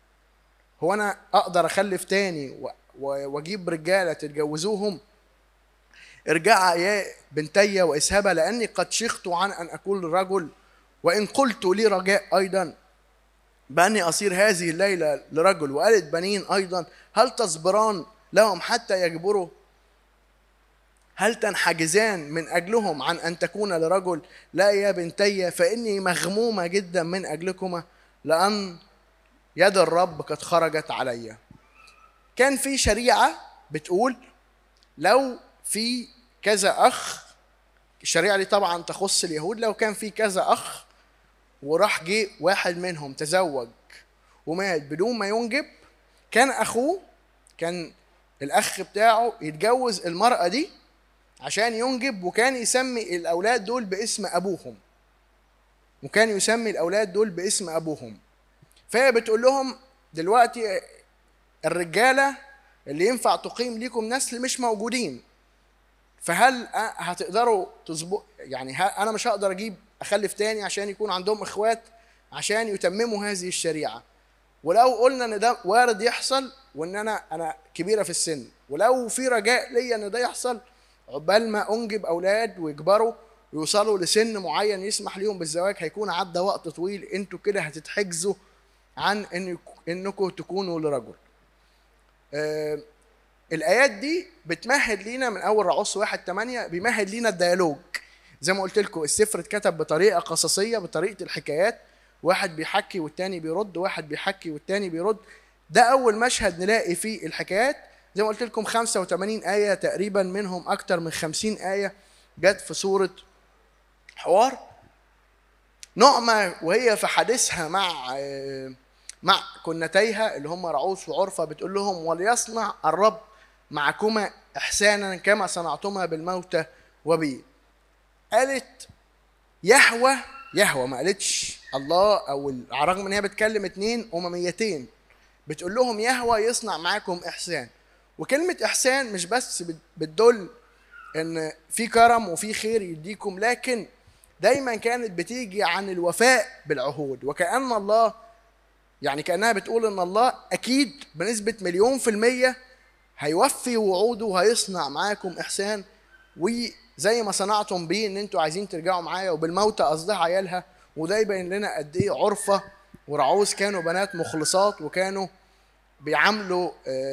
هو أنا أقدر أخلف تاني وأجيب رجالة تتجوزوهم؟ ارجعا يا بنتي واذهبا، لأني قد شخت عن أن أكون رجل، وإن قلت لي رجاء أيضا بأني أصير هذه الليلة لرجل وألد بنين أيضا، هل تصبران لهم حتى يكبروا؟ هل تنحجزان من أجلهم عن أن تكون لرجل؟ لا يا بنتي، فإني مغمومة جدا من أجلكما، لأن يد الرب قد خرجت علي. كان في شريعة بتقول لو في كذا أخ، الشريعة دي طبعا تخص اليهود، لو كان في كذا أخ وراح جه واحد منهم تزوج ومات بدون ما ينجب، كان أخوه، كان الأخ بتاعه يتجوز المرأة دي عشان ينجب، وكان يسمي الأولاد دول باسم أبوهم، فهي بتقول لهم دلوقتي الرجاله اللي ينفع تقيم ليكم نسل مش موجودين، فهل هتقدروا تظبط؟ يعني انا مش هقدر اخلف تاني عشان يكون عندهم اخوات عشان يتمموا هذه الشريعه. ولو قلنا ان ده وارد يحصل، وان انا كبيره في السن، ولو في رجاء ليا ان ده يحصل عقبال ما انجب اولاد ويكبروا ويوصلوا لسن معين يسمح ليهم بالزواج، هيكون عدى وقت طويل، انتوا كده هتتحجزوا عن انكم تكونوا لرجل. الايات دي بتمهد لينا من اول رعوص 1:8 بيمهد لينا الديالوج. زي ما قلت لكم السفر اتكتب بطريقه قصصيه، بطريقه الحكايات، واحد بيحكي والتاني بيرد، واحد بيحكي والتاني بيرد. ده اول مشهد نلاقي فيه الحكايات. زي ما قلت لكم 85 ايه تقريبا، منهم اكتر من 50 ايه جت في سوره حوار. نعمة وهي في حديثها مع كنتيها اللي هم رعوس وعرفة بتقول لهم: وليصنع الرب معكما إحسانا كما صنعتما بالموتى وبي. قالت يهوى، ما قالتش الله، أو على الرغم إن هي بتكلم اتنين أمميتين بتقول لهم يهوى يصنع معكم إحسان. وكلمة إحسان مش بس بتدل إن في كرم وفي خير يديكم، لكن دايما كانت بتيجي عن الوفاء بالعهود. وكأن الله يعني كأنها بتقول ان الله اكيد بنسبة 1,000,000% هيوفي وعوده وهيصنع معاكم احسان. وزي ما صنعتم بيه ان انتوا عايزين ترجعوا معايا، وبالموتى قصدها عيالها. وده يبين لنا قد ايه عرفة ورعوز كانوا بنات مخلصات، وكانوا بيعاملوا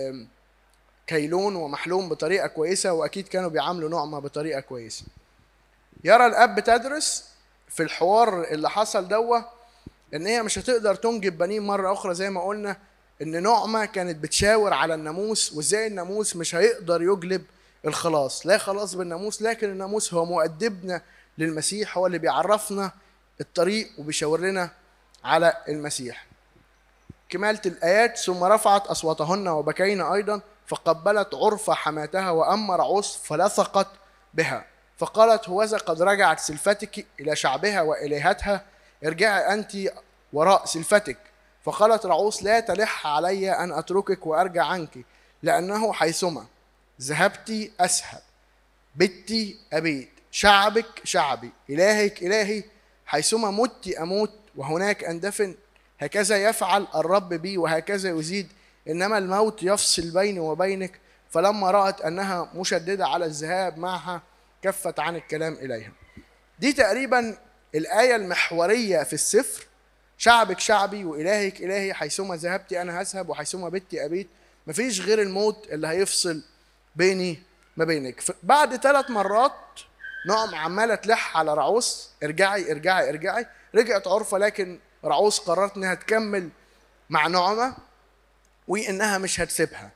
كيلون ومحلوم بطريقة كويسة، واكيد كانوا بيعاملوا نعمة بطريقة كويسة. يرى الاب تدرس في الحوار اللي حصل ان هي مش هتقدر تنجب بنين مره اخرى، زي ما قلنا ان نعمه كانت بتشاور على الناموس، وازاي الناموس مش هيقدر يجلب الخلاص. لا خلاص بالناموس، لكن الناموس هو مؤدبنا للمسيح، هو اللي بيعرفنا الطريق وبيشاور لنا على المسيح. كمالة الآيات: ثم رفعت أصواتهن وبكين أيضا، فقبلت عرفة حماتها، وأما رعوس فلصقت بها، فقالت: هوذا قد رجعت سلفتك إلى شعبها وإلهتها، ارجعي أنت وراء سلفتك. فقالت رعوس: لا تلح علي أن أتركك وأرجع عنك، لأنه حيثما ذهبت أذهب، بت أبيت، شعبك شعبي، إلهك إلهي، حيثما مت أموت وهناك أندفن. هكذا يفعل الرب بي وهكذا يزيد، إنما الموت يفصل بيني وبينك. فلما رأت أنها مشددة على الذهاب معها كفت عن الكلام إليها. دي تقريبا الآية المحورية في السفر: شعبك شعبي وإلهك إلهي، حيثما ذهبت أنا هذهب وحيثما بت أبيت. مفيش غير الموت اللي هيفصل بيني ما بينك. بعد 3 مرات نعم عمالة تلح على رعوس: ارجعي ارجعي ارجعي. رجعت عرفة، لكن رعوس قررت انها تكمل مع نعمة وانها مش هتسيبها.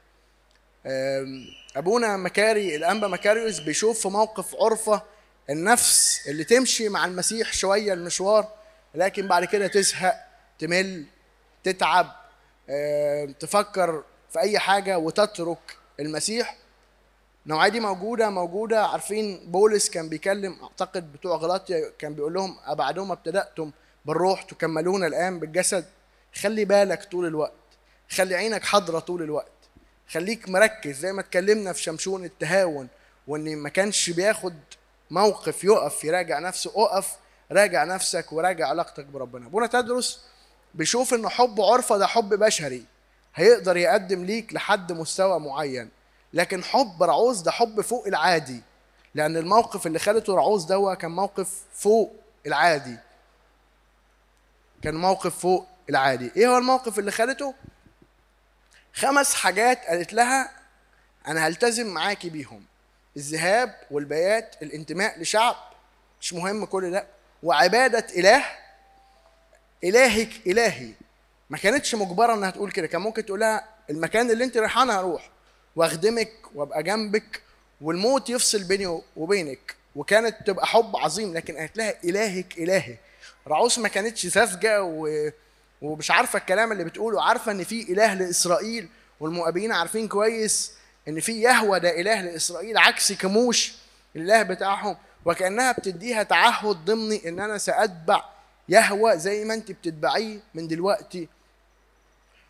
ابونا مكاري الانبا مكاريوس بيشوف في موقف عرفة النفس اللي تمشي مع المسيح شوية المشوار، لكن بعد كده تزهق، تمل، تتعب، تفكر في اي حاجة وتترك المسيح. النوعية دي موجودة. عارفين بولس كان بيكلم اعتقد بتوع غلاطيا، كان بيقول لهم: أبعدما ابتدأتم بالروح تكملون الآن بالجسد. خلي بالك طول الوقت، خلي عينك حاضرة طول الوقت، خليك مركز. زي ما اتكلمنا في شمشون التهاون، وان ما كانش بياخد موقف يقف يراجع نفسه. اقف، راجع نفسك وراجع علاقتك بربنا. ابونا تدرس بيشوف ان حب عرفة ده حب بشري هيقدر يقدم ليك لحد مستوى معين، لكن حب رعوز ده حب فوق العادي، لأن الموقف اللي خدته رعوز ده كان موقف فوق العادي. كان موقف فوق العادي. إيه هو الموقف اللي خدته؟ 5 حاجات قالت لها أنا هلتزم معاكي بيهم: الذهاب والبيات، الانتماء لشعب مش مهم كل ده، وعبادة إله. إلهك إلهي ما كانتش مجبرة إنها تقول كده، كان ممكن تقول لها المكان اللي أنت رايحانه هروح واخدمك وابقى جنبك والموت يفصل بيني وبينك، وكانت تبقى حب عظيم. لكن قالت لها إلهك إلهي. رعوس ما كانتش ساذجة ومش عارفة الكلام اللي بتقوله، عارفة إن في إله لإسرائيل، والمؤابيين عارفين كويس إن في يهوى ده إله لإسرائيل عكس كموش الإله بتاعهم. وكأنها بتديها تعهد ضمني إن أنا سأتبع يهوى زي ما أنت بتتبعيه من دلوقتي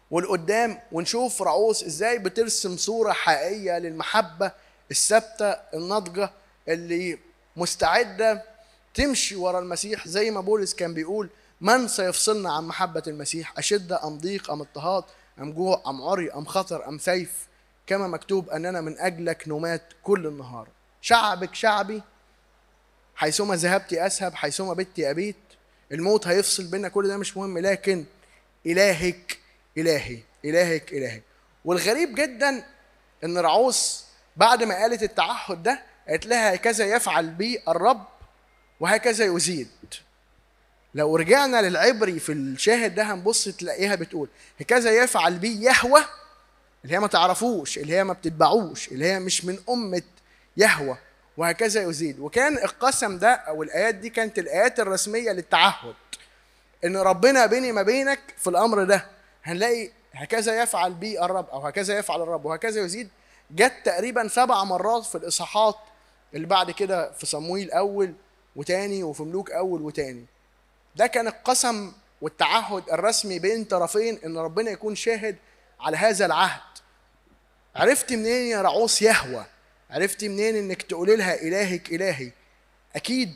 والقدام، ونشوف رعوس ازاي بترسم صورة حقيقية للمحبة الثابتة الناضجة اللي مستعدة تمشي ورا المسيح، زي ما بولس كان بيقول: من سيفصلنا عن محبة المسيح؟ أشدة أم ضيق أم اضطهاد أم جوع أم عري أم خطر أم سيف؟ كما مكتوب أننا من أجلك نمات كل النهار. شعبك شعبي، حيثما ذهبت أذهب، حيثما بت أبيت. الموت هيفصل بينا، كل ده مش مهم، لكن إلهك إلهي، إلهك إلهي. والغريب جدا إن رعوس بعد ما قالت التعهد ده قالت لها: هكذا يفعل بي الرب وهكذا يزيد. لو رجعنا للعبري في الشاهد ده هنبص تلاقيها بتقول: هكذا يفعل بي يهوه، اللي هي ما تعرفوش، اللي هي ما بتتبعوش، اللي هي مش من أمة يهوه، وهكذا يزيد. وكان القسم ده أو الآيات دي كانت الآيات الرسمية للتعهد، إن ربنا بيني ما بينك في الأمر ده. هنلاقي هكذا يفعل بي الرب أو هكذا يفعل الرب وهكذا يزيد جت تقريبا 7 مرات في الإصحاحات اللي بعد كده، في صمويل أول وتاني وفي ملوك أول وتاني. ده كان القسم والتعهد الرسمي بين طرفين، إن ربنا يكون شاهد على هذا العهد. عرفتي منين يا رعوس يهوه؟ عرفتي منين انك تقولي لها الهك الهي؟ اكيد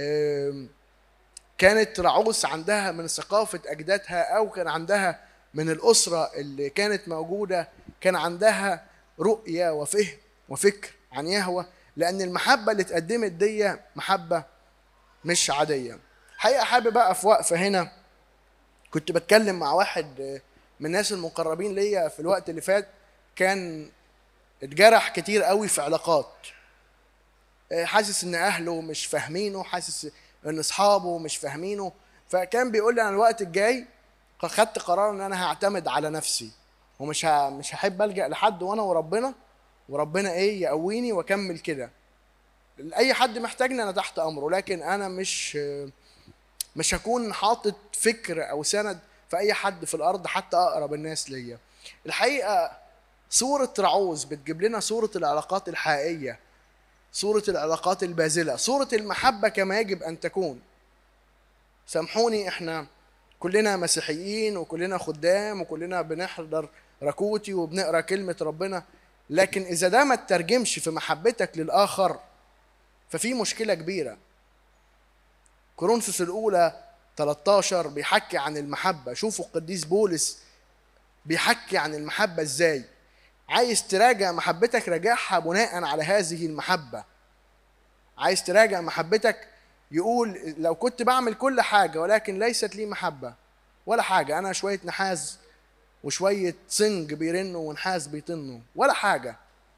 كانت رعوس عندها من ثقافه اجدادها، او كان عندها من الاسره اللي كانت موجوده، كان عندها رؤيه وفهم وفكر عن يهوه، لان المحبه اللي اتقدمت دي محبه مش عاديه. حقيقه حابب بقى في وقفه هنا، كنت بتكلم مع واحد من الناس المقربين ليا في الوقت اللي فات، كان اتجرح كتير قوي في علاقات، حاسس ان اهله مش فاهمينه، حاسس ان اصحابه مش فاهمينه. فكان بيقول لي: انا الوقت الجاي خدت قرار ان انا هعتمد على نفسي، ومش مش هحب الجا لحد، وانا وربنا ايه يقويني واكمل كده. اي حد محتاجني انا تحت امره، لكن انا مش هكون حاطط فكر او سند في اي حد في الارض، حتى اقرب الناس ليا. الحقيقه صورة رعوز بتجيب لنا صورة العلاقات الحقيقية، صورة العلاقات الباذلة، صورة المحبة كما يجب أن تكون. سامحوني، احنا كلنا مسيحيين وكلنا خدام وكلنا بنحضر ركوتي وبنقرأ كلمة ربنا، لكن إذا ده ما تترجمش في محبتك للآخر ففي مشكلة كبيرة. كورنثوس الأولى 13 بيحكي عن المحبة. شوفوا القديس بولس بيحكي عن المحبة إزاي. عايز تراجع محبتك، راجعها بناء على هذه المحبة. عايز تراجع محبتك، يقول: لو كنت بعمل كل حاجة ولكن ليست لي محبة ولا حاجة، أنا شوية نحاس وشوية سنج بيرنوا ونحاس بيطنوا، ولا حاجة.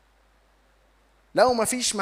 لو ما فيش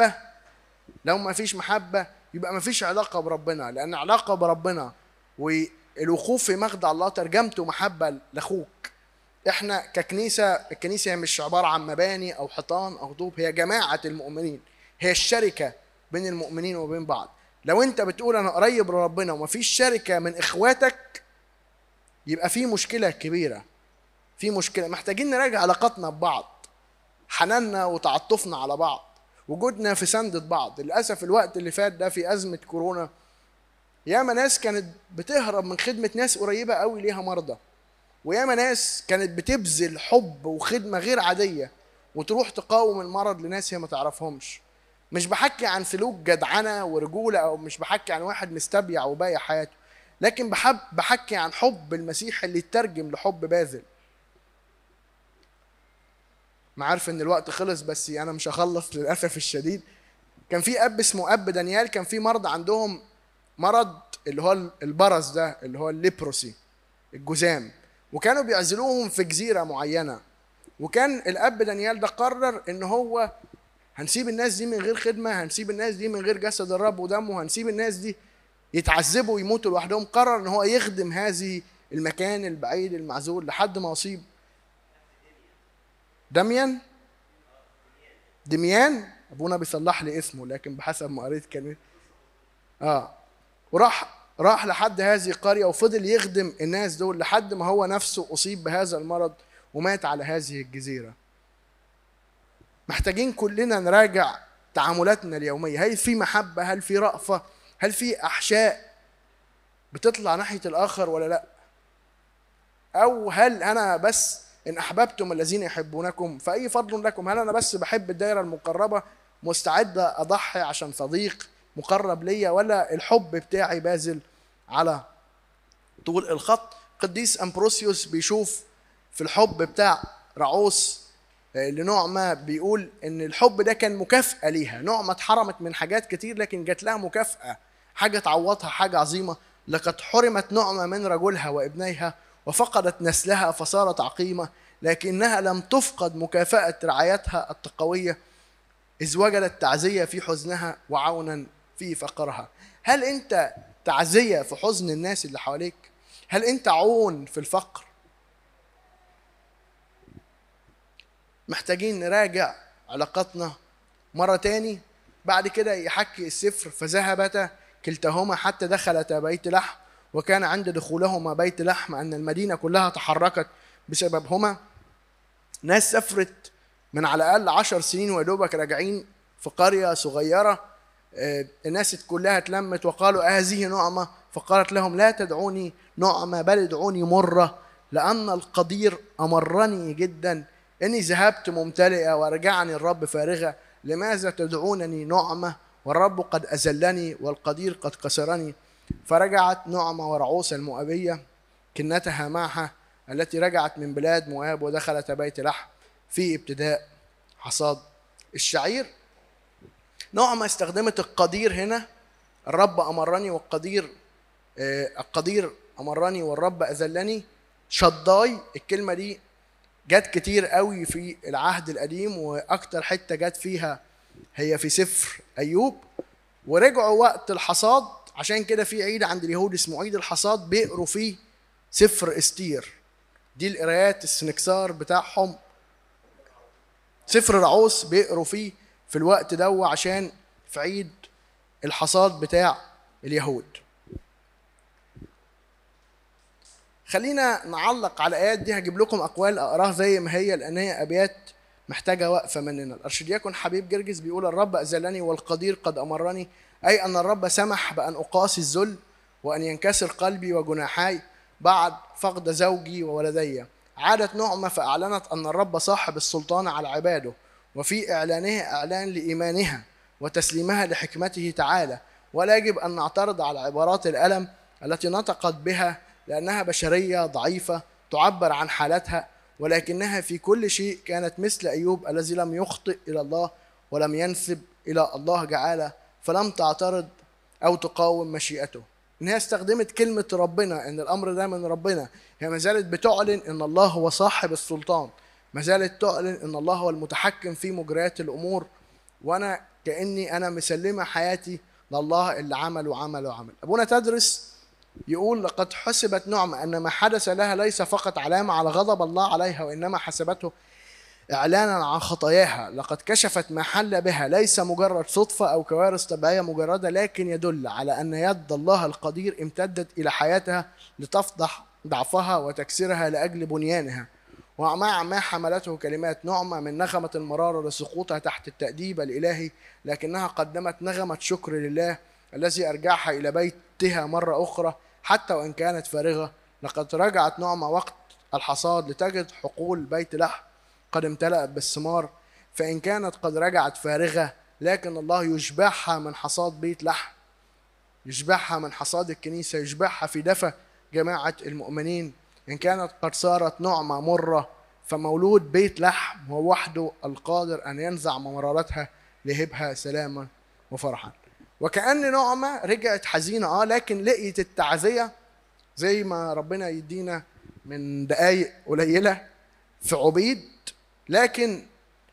محبة يبقى ما فيش علاقة بربنا، لأن علاقة بربنا والوقوف في مخدع الله ترجمته محبة لأخوك. احنا ككنيسة، الكنيسة مش عبارة عن مباني او حيطان او طوب، هي جماعة المؤمنين، هي الشركة بين المؤمنين وبين بعض. لو انت بتقول انا قريب لربنا ومفيش شركة من اخواتك، يبقى في مشكلة كبيرة، في مشكلة. محتاجين نراجع علاقاتنا ببعض، حناننا وتعاطفنا على بعض، وجودنا في سندة بعض. للأسف الوقت اللي فات ده في أزمة كورونا، ياما ناس كانت بتهرب من خدمة ناس قريبة قوي ليها مرضى، وياما ناس كانت بتبذل حب وخدمة غير عادية وتروح تقاوم المرض لناس هي ما تعرفهمش. مش بحكي عن سلوك جدعنة ورجولة، أو مش بحكي عن واحد مستبيع وبايع حياته، لكن بحكي عن حب المسيح اللي يترجم لحب باذل. ما عارف ان الوقت خلص، بس انا مش هخلص للأسف الشديد. كان في أب اسمه أب دانيال، كان في مرضى عندهم مرض اللي هو البرص ده، اللي هو الليبروسي، الجذام، وكانوا بيعزلوهم في جزيرة معينة. وكان الأب دانيال ده قرر إن هو هنسيب الناس دي من غير خدمة، هنسيب الناس دي من غير جسد الرب ودمه، هنسيب الناس دي يتعذبوا ويموتوا لوحدهم. قرر إن هو يخدم هذه المكان البعيد المعزول لحد ما أصيب دميان. أبونا بيصلح لي اسمه، لكن بحسب ما قريت كان وراح لحد هذه القرية وفضل يخدم الناس دول لحد ما هو نفسه أصيب بهذا المرض ومات على هذه الجزيرة. محتاجين كلنا نراجع تعاملاتنا اليومية. هل في محبة؟ هل في رأفة؟ هل في أحشاء بتطلع ناحية الآخر ولا لأ؟ أو هل أنا بس إن أحببتم الذين يحبونكم فأي فضل لكم؟ هل أنا بس بحب الدائرة المقربة مستعد أضحي عشان صديق مقرب ليا، ولا الحب بتاعي بازل على طول الخط؟ قديس أمبروسيوس بيشوف في الحب بتاع رعوس لنعمة بيقول إن الحب ده كان مكافأة ليها. نعمة اتحرمت من حاجات كتير لكن جات لها مكافأة، حاجة تعوضها، حاجة عظيمة. لقد حرمت نعمة من رجلها وابنيها وفقدت نسلها فصارت عقيمة، لكنها لم تفقد مكافأة رعايتها التقوية إذ وجدت تعزية في حزنها وعونا في فقرها. هل أنت تعزية في حزن الناس اللي حواليك؟ هل أنت عون في الفقر؟ محتاجين نراجع علاقاتنا مرة تاني. بعد كده يحكي السفر: فذهبتا كلتاهما حتى دخلتا بيت لحم، وكان عند دخولهما بيت لحم أن المدينة كلها تحركت بسببهما. ناس سافرت من على الأقل 10 سنين ويدوبك راجعين في قرية صغيرة. الناس كلها اتلمت وقالوا هذه نعمة، فقالت لهم لا تدعوني نعمة بل ادعوني مرة، لأن القدير أمرني جدا إني ذهبت ممتلئة ورجعني الرب فارغة. لماذا تدعونني نعمة والرب قد أذلني والقدير قد كسرني؟ فرجعت نعمة ورعوس المؤابية كنتها معها التي رجعت من بلاد مؤاب ودخلت بيت لحم في ابتداء حصاد الشعير. نعمة استخدمت القدير هنا، الرب أمرني والقدير القدير أمرني والرب أذلني. شضاي الكلمة دي جت كتير قوي في العهد القديم، وأكتر حتة جت فيها هي في سفر أيوب. ورجعوا وقت الحصاد، عشان كده في عيد عند اليهود اسمه عيد الحصاد بيقروا فيه سفر استير. دي القرايات السنكسار بتاعهم. سفر رعوس بيقروا فيه في الوقت ده عشان في عيد الحصاد بتاع اليهود. خلينا نعلق على الآيات دي. هجيب لكم أقوال أقراها زي ما هي لأن هي أبيات محتاجة وقفة مننا. الأرشدياكون حبيب جرجس بيقول: الرب أذلني والقدير قد أمرني، أي أن الرب سمح بأن أقاسي الذل وأن ينكسر قلبي وجناحاي بعد فقد زوجي وولدي. عادت نعمة فأعلنت أن الرب صاحب السلطان على عباده، وفي إعلانها إعلان لإيمانها وتسليمها لحكمته تعالى. ولا يجب أن نعترض على عبارات الألم التي نطقت بها لأنها بشرية ضعيفة تعبر عن حالتها، ولكنها في كل شيء كانت مثل أيوب الذي لم يخطئ إلى الله ولم ينسب إلى الله جعالة، فلم تعترض أو تقاوم مشيئته. إن هي استخدمت كلمة ربنا، إن الأمر ده من ربنا. هي ما زالت بتعلن إن الله هو صاحب السلطان، ما زالت تعلن إن الله هو المتحكم في مجريات الأمور، وأنا كأني أنا مسلمة حياتي لله اللي عمل. أبونا تدرس يقول: لقد حسبت نعمة أن ما حدث لها ليس فقط علامة على غضب الله عليها، وإنما حسبته إعلانا عن خطاياها. لقد كشفت ما حل بها ليس مجرد صدفة أو كوارث طبيعية مجردة، لكن يدل على أن يد الله القدير امتدت إلى حياتها لتفضح ضعفها وتكسرها لأجل بنيانها. ومع ما حملته كلمات نعمة من نغمة المرارة لسقوطها تحت التأديب الإلهي، لكنها قدمت نغمة شكر لله الذي أرجعها إلى بيتها مرة أخرى حتى وإن كانت فارغة. لقد رجعت نعمة وقت الحصاد لتجد حقول بيت لحم قد امتلأت بالثمار، فإن كانت قد رجعت فارغة لكن الله يشبعها من حصاد بيت لحم، يشبعها من حصاد الكنيسة، يشبعها في دفى جماعة المؤمنين. إن كانت قد صارت نعمة مرة فمولود بيت لحم هو وحده القادر أن ينزع مرارتها ليهبها سلاما وفرحا. وكأن نعمة رجعت حزينة لكن لقيت التعزية زي ما ربنا يدينا من دقايق قليلة في عبيد. لكن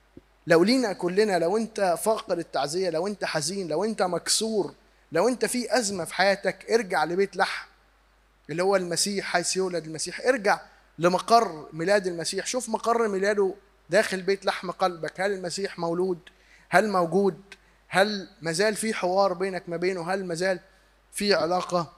لو لينا كلنا، لو انت فاقد التعزية، لو انت حزين، لو انت مكسور، لو انت في أزمة في حياتك، ارجع لبيت لحم اللي هو المسيح حيث يولد المسيح. ارجع لمقر ميلاد المسيح، شوف مقر ميلاده داخل بيت لحم قلبك. هل المسيح مولود؟ هل موجود؟ هل مازال في حوار بينك ما بينه؟ هل مازال في علاقة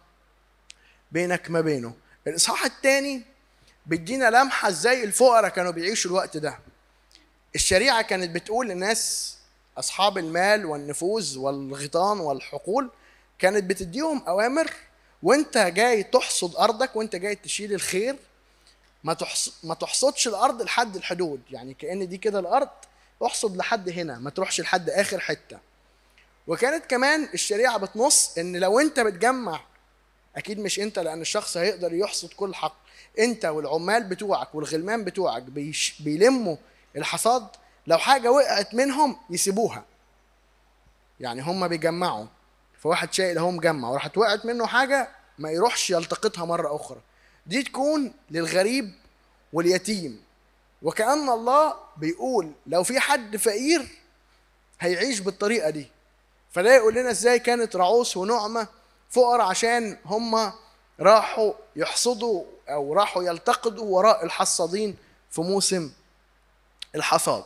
بينك ما بينه؟ الإصحاح الثاني بيدينا لمحة ازاي الفقراء كانوا بيعيشوا الوقت ده. الشريعة كانت بتقول للناس أصحاب المال والنفوذ والغيطان والحقول، كانت بتديهم أوامر: وانت جاي تحصد أرضك وانت جاي تشيل الخير ما تحصدش الارض لحد الحدود، يعني كأن دي كده الارض، احصد لحد هنا، ما تروحش لحد اخر حته. وكانت كمان الشريعه بتنص ان لو انت بتجمع، اكيد مش انت لان الشخص هيقدر يحصد كل حق، انت والعمال بتوعك والغلمان بتوعك بيلموا الحصاد، لو حاجه وقعت منهم يسيبوها. يعني هم بيجمعوا، فواحد شايل اهو مجمع وراحت وقعت منه حاجه، ما يروحش يلتقطها مره اخرى، دي تكون للغريب واليتيم. وكأن الله بيقول لو في حد فقير هيعيش بالطريقه دي. فده يقول لنا ازاي كانت رعوس ونعمة فقراء، عشان هم راحوا يحصدوا او راحوا يلتقطوا وراء الحصادين في موسم الحصاد.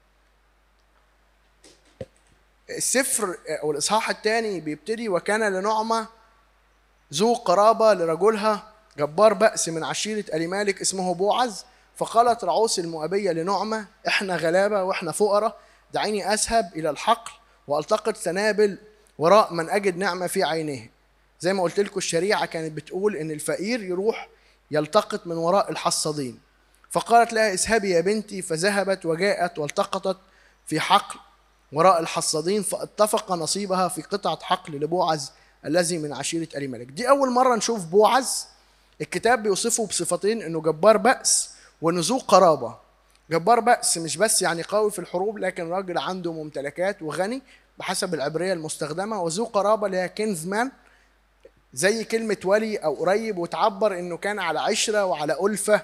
السفر او الاصحاح الثاني بيبتدي: وكان لنعمة ذو قرابة لرجلها جبار بأس من عشيرة أليمالك اسمه بوعز، فقالت رعوس المؤبية لنعمة: احنا غلابة واحنا فقراء، دعيني أذهب إلى الحقل والتقط سنابل وراء من أجد نعمة في عينيه. زي ما قلت لكم الشريعة كانت بتقول إن الفقير يروح يلتقط من وراء الحصادين. فقالت لها: اذهبي يا بنتي، فذهبت وجاءت والتقطت في حقل وراء الحصادين، فاتفق نصيبها في قطعة حقل لبوعز الذي من عشيرة أليملك. دي أول مرة نشوف بوعز الكتاب بيوصفه بصفتين، إنه جبار بأس وإنه ذو قرابة. جبار بأس مش بس يعني قوي في الحروب، لكن راجل عنده ممتلكات وغني بحسب العبرية المستخدمة. وذو قرابة اللي هي كنزمان، زي كلمة ولي أو قريب، وتعبر إنه كان على عشرة وعلى ألفة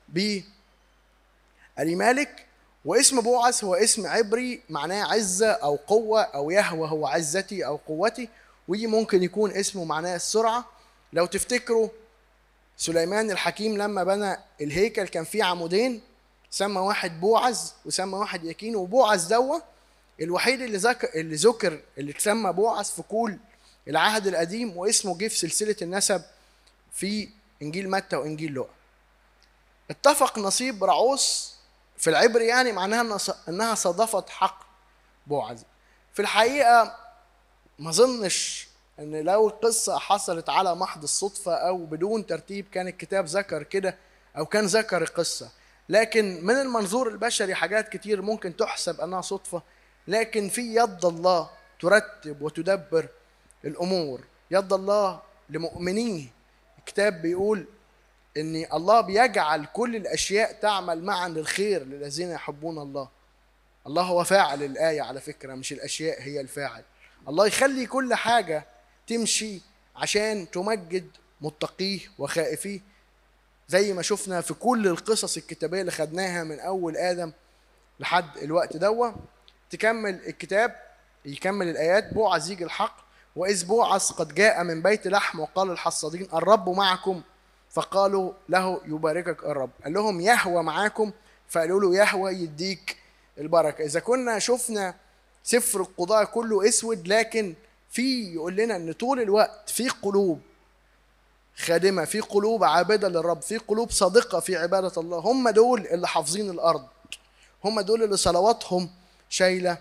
بأليمالك. واسم بوعز هو اسم عبري معناه عزة أو قوة، أو يهوى هو عزتي أو قوتي، ودي ممكن يكون اسمه معناه السرعة. لو تفتكروا سليمان الحكيم لما بنى الهيكل كان فيه عمودين، سمى واحد بوعز وسمى واحد يكين. وبوعز دوا الوحيد اللي ذكر اللي اتسمى بوعز في كل العهد القديم، واسمه جه في سلسلة النسب في إنجيل متى وإنجيل لوقا. اتفق نصيب رعوس في العبري يعني معناها انها صادفت حق بوعز. في الحقيقه ما اظنش ان لو القصه حصلت على محض الصدفه او بدون ترتيب كان الكتاب ذكر كده او كان ذكر القصه، لكن من المنظور البشري حاجات كتير ممكن تحسب انها صدفه، لكن في يد الله ترتب وتدبر الامور، يد الله لمؤمنيه. الكتاب بيقول ان الله بيجعل كل الاشياء تعمل معا للخير للذين يحبون الله. الله هو فاعل الآية على فكرة، مش الاشياء هي الفاعل. الله يخلي كل حاجة تمشي عشان تمجد متقيه وخائفيه، زي ما شفنا في كل القصص الكتابية اللي خدناها من اول ادم لحد الوقت دوا. تكمل الكتاب يكمل الايات: بوعز يجي الحق: واذ بوعز قد جاء من بيت لحم وقال الحصادين الرب معكم، فقالوا له يباركك الرب. قال لهم يهوى معاكم، فقالوا له يهوى يديك البركه. اذا كنا شفنا سفر القضاء كله اسود، لكن في يقول لنا ان طول الوقت في قلوب خادمه، في قلوب عابده للرب، في قلوب صادقه في عباده الله. هم دول اللي حافظين الارض، هم دول اللي صلواتهم شايله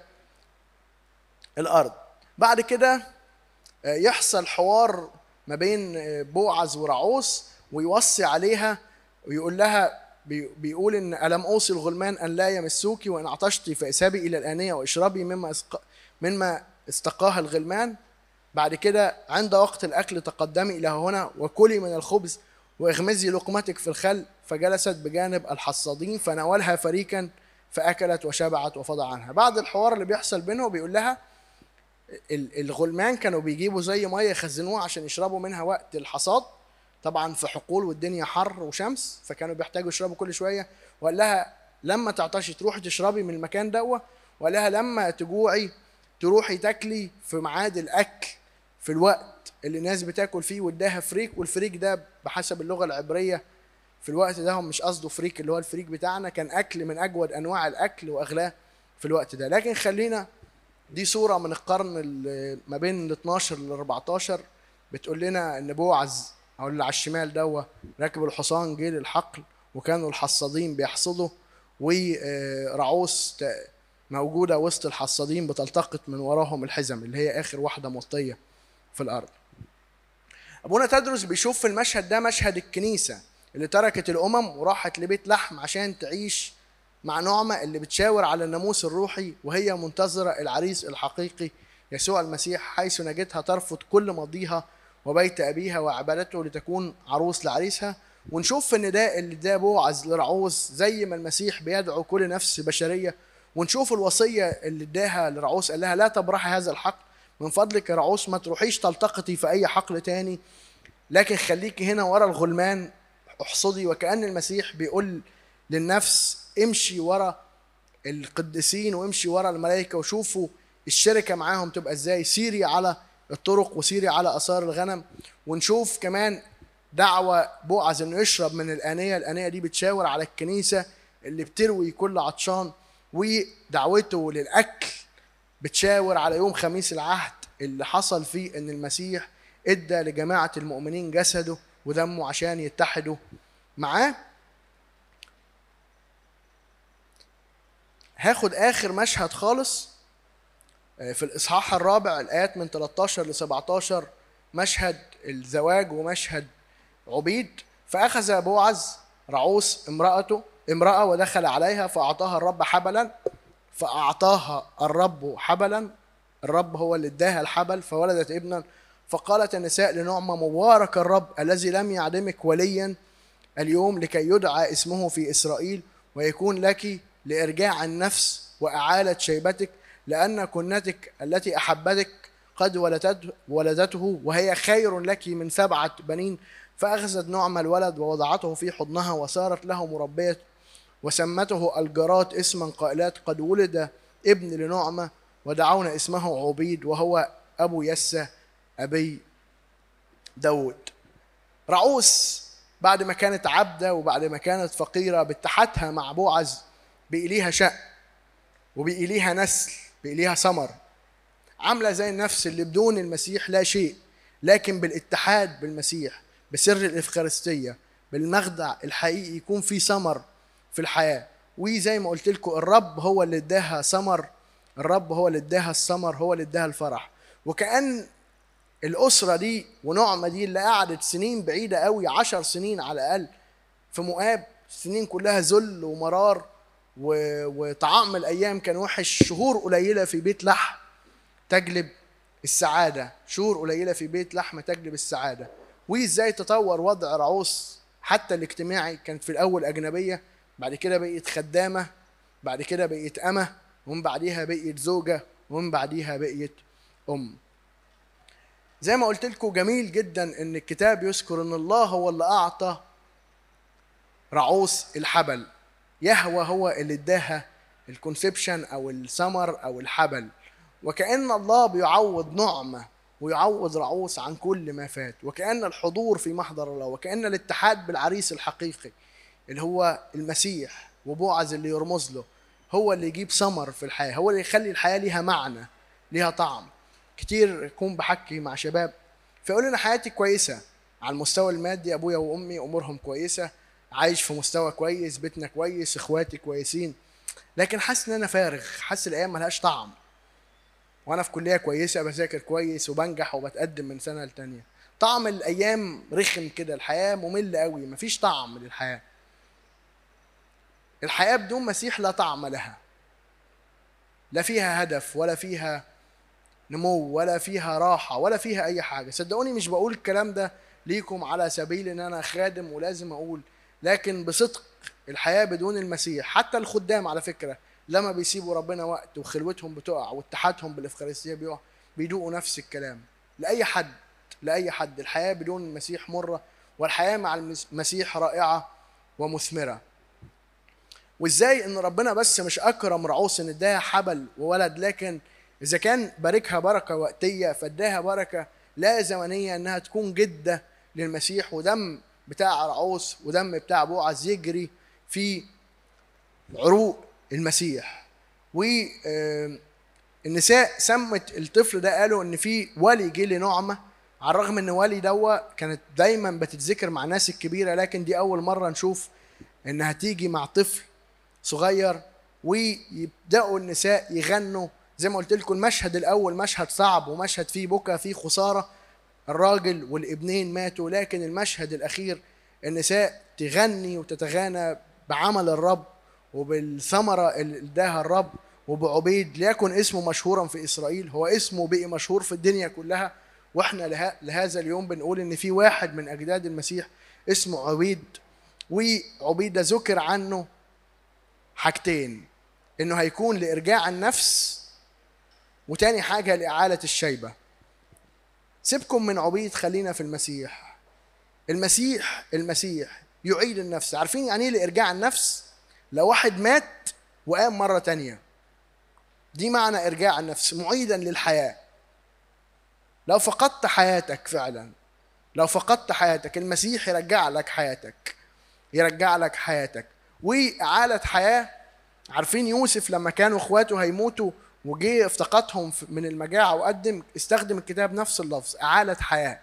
الارض. بعد كده يحصل حوار ما بين بوعز ورعوس، ويوصي عليها ويقول لها، بيقول ان الم اوصي الغلمان ان لا يمسوك، وان عطشت فاذهبي الى الانيه واشربي مما استقاها الغلمان. بعد كده عند وقت الاكل تقدمي الى هنا وكلي من الخبز واغمزي لقمتك في الخل. فجلست بجانب الحصادين فناولها فريقا فاكلت وشبعت وفضى عنها. بعد الحوار اللي بيحصل بينه بيقول لها الغلمان كانوا بيجيبوا زي ميه يخزنوها عشان يشربوا منها وقت الحصاد، طبعا في حقول والدنيا حر وشمس، فكانوا بيحتاجوا يشربوا كل شويه. وقال لها لما تعطشي تروحي تشربي من المكان دوه، وقال لها لما تجوعي تروحي تاكلي في ميعاد الاكل في الوقت اللي الناس بتاكل فيه. واداها فريك، والفريك ده بحسب اللغه العبريه في الوقت ده هم مش قصده فريك اللي هو الفريك بتاعنا، كان اكل من اجود انواع الاكل واغلاه في الوقت ده. لكن خلينا دي صورة من القرن ما بين ال 12 لل 14 بتقول لنا ان بوعز او اللي على الشمال دوا راكب الحصان جه للحقل، وكانوا الحصادين بيحصدوا، ورعوس موجودة وسط الحصادين بتلتقط من وراهم الحزم اللي هي اخر واحدة موطية في الارض. ابونا تدرس بيشوف في المشهد ده مشهد الكنيسة اللي تركت الأمم وراحت لبيت لحم عشان تعيش مع نعمة اللي بتشاور على الناموس الروحي، وهي منتظرة العريس الحقيقي يسوع المسيح، حيث نجتها ترفض كل ماضيها وبيت أبيها وعبادته لتكون عروس لعريسها. ونشوف في النداء اللي ده بوعز لرعوز زي ما المسيح بيدعو كل نفس بشرية. ونشوف الوصية اللي اداها لرعوز، قال لها لا تبرحي هذا الحقل، من فضلك يا رعوز ما تروحيش تلتقطي في أي حقل تاني، لكن خليكي هنا ورا الغلمان احصدي. وكأن المسيح بيقول للنفس امشي ورا القديسين وامشي ورا الملائكة وشوفوا الشركة معاهم تبقى ازاي، سيري على الطرق وسيري على آثار الغنم. ونشوف كمان دعوة بوعز انه يشرب من الآنية دي بتشاور على الكنيسة اللي بتروي كل عطشان، ودعوته للأكل بتشاور على يوم خميس العهد اللي حصل فيه ان المسيح ادى لجماعة المؤمنين جسده ودمه عشان يتحدوا معاه. هاخد آخر مشهد خالص في الإصحاح الرابع الآيات من 13 ل 17، مشهد الزواج ومشهد عبيد. فأخذ بوعز رعوس امرأة ودخل عليها فأعطاها الرب حبلا. الرب هو اللي اداها الحبل فولدت ابنا. فقالت النساء لنعمة مبارك الرب الذي لم يعدمك وليا اليوم لكي يدعى اسمه في إسرائيل، ويكون لك لإرجاع النفس وإعالة شيبتك، لأن كنتك التي أحبتك قد ولدته وهي خير لك من 7 بنين. فأخذت نعمة الولد ووضعته في حضنها وصارت له مربية، وسمته الجارات اسما قائلات قد ولد ابن لنعمة، ودعونا اسمه عبيد وهو أبو يسى أبي داود. رعوس بعد ما كانت عبدة وبعد ما كانت فقيرة باتحادها مع بوعز بقي ليها شأن وبقي ليها نسل، بقي ليها ثمر، عاملة زي النفس اللي بدون المسيح لا شيء، لكن بالاتحاد بالمسيح بسر الإفخارستية بالمخدع الحقيقي يكون في ثمر في الحياة. وزي ما قلت لكم الرب هو اللي اداها ثمر، الرب هو اللي اداها الثمر، هو اللي اداها الفرح. وكأن الأسرة دي ونعمة دي اللي قعدت سنين بعيدة قوي، 10 سنين على الأقل في مؤاب، سنين كلها ذل ومرار وطعام الأيام كان وحش، شهور قليلة في بيت لحم تجلب السعادة، شهور قليلة في بيت لحم تجلب السعادة. وإزاي تطور وضع رعوس حتى الاجتماعي، كانت في الأول أجنبية، بعد كده بقيت خدامة، بعد كده بقيت أمة، ومن بعديها بقيت زوجة، ومن بعديها بقيت أم. زي ما قلت لكم جميل جدا ان الكتاب يذكر ان الله هو اللي اعطى رعوس الحبل، يهوى هو اللي اداها الكونسبشن او الثمر او الحبل. وكأن الله بيعوض نعمة ويعوض رعوس عن كل ما فات، وكأن الحضور في محضر الله وكأن الاتحاد بالعريس الحقيقي اللي هو المسيح وبوعز اللي يرمز له هو اللي يجيب ثمر في الحياة، هو اللي يخلي الحياة ليها معنى ليها طعم. كتير اكون بحكي مع شباب فيقول لنا حياتي كويسه على المستوى المادي، ابويا وامي امورهم كويسه، عايش في مستوى كويس، بيتنا كويس، اخواتي كويسين، لكن حاسس ان انا فارغ، حاسس الايام ملهاش طعم. وانا في كليه كويسه بذاكر كويس وبنجح وبتقدم من سنه لتانيه، طعم الايام رخم كده، الحياه ممله قوي، مفيش طعم للحياه. الحياه بدون مسيح لا طعم لها، لا فيها هدف ولا فيها نمو ولا فيها راحة ولا فيها أي حاجة. صدقوني مش بقول الكلام ده ليكم على سبيل إن أنا خادم ولازم أقول، لكن بصدق الحياة بدون المسيح، حتى الخدام على فكرة لما بيسيبوا ربنا وقت وخلوتهم بتقع واتحادهم بالإفخارستية بيقع، بيدوقوا نفس الكلام. لأي حد الحياة بدون المسيح مرة، والحياة مع المسيح رائعة ومثمرة. وإزاي إن ربنا بس مش أكرم رعوس إن اداها حبل وولد، لكن إذا كان باركها بركة وقتية فاداها بركة لا زمنية إنها تكون جدة للمسيح، ودم بتاع رعوس ودم بتاع بوعز يجري في عروق المسيح. والنساء سمت الطفل ده، قالوا إن في ولي جه لنعمة، على الرغم إن ولي دوا كانت دايما بتتذكر مع الناس الكبيرة، لكن دي أول مرة نشوف إنها تيجي مع طفل صغير. ويبدأوا النساء يغنوا. زي ما قلت لكم المشهد الأول مشهد صعب ومشهد فيه بكى فيه خسارة، الراجل والابنين ماتوا، لكن المشهد الأخير النساء تغني وتتغانى بعمل الرب وبالثمرة اللي اداها الرب وبعبيد، ليكن اسمه مشهورا في إسرائيل. هو اسمه بقي مشهور في الدنيا كلها، واحنا لهذا اليوم بنقول ان في واحد من اجداد المسيح اسمه عبيد. وعبيد ده ذكر عنه حاجتين، انه هيكون لارجاع النفس، وتاني حاجة لإعالة الشيبة. سيبكم من عبيد، خلينا في المسيح. المسيح يعيد النفس. عارفين يعني ايه لإرجاع النفس؟ لو واحد مات وقام مرة تانية، دي معنى إرجاع النفس، معيدا للحياة. لو فقدت حياتك فعلا، لو فقدت حياتك، المسيح يرجع لك حياتك، يرجع لك حياتك. وإعالة حياة. عارفين يوسف لما كانوا اخواته هيموتوا وجي افتقدهم من المجاعة وقدم، استخدم الكتاب نفس اللفظ، إعالة حياة،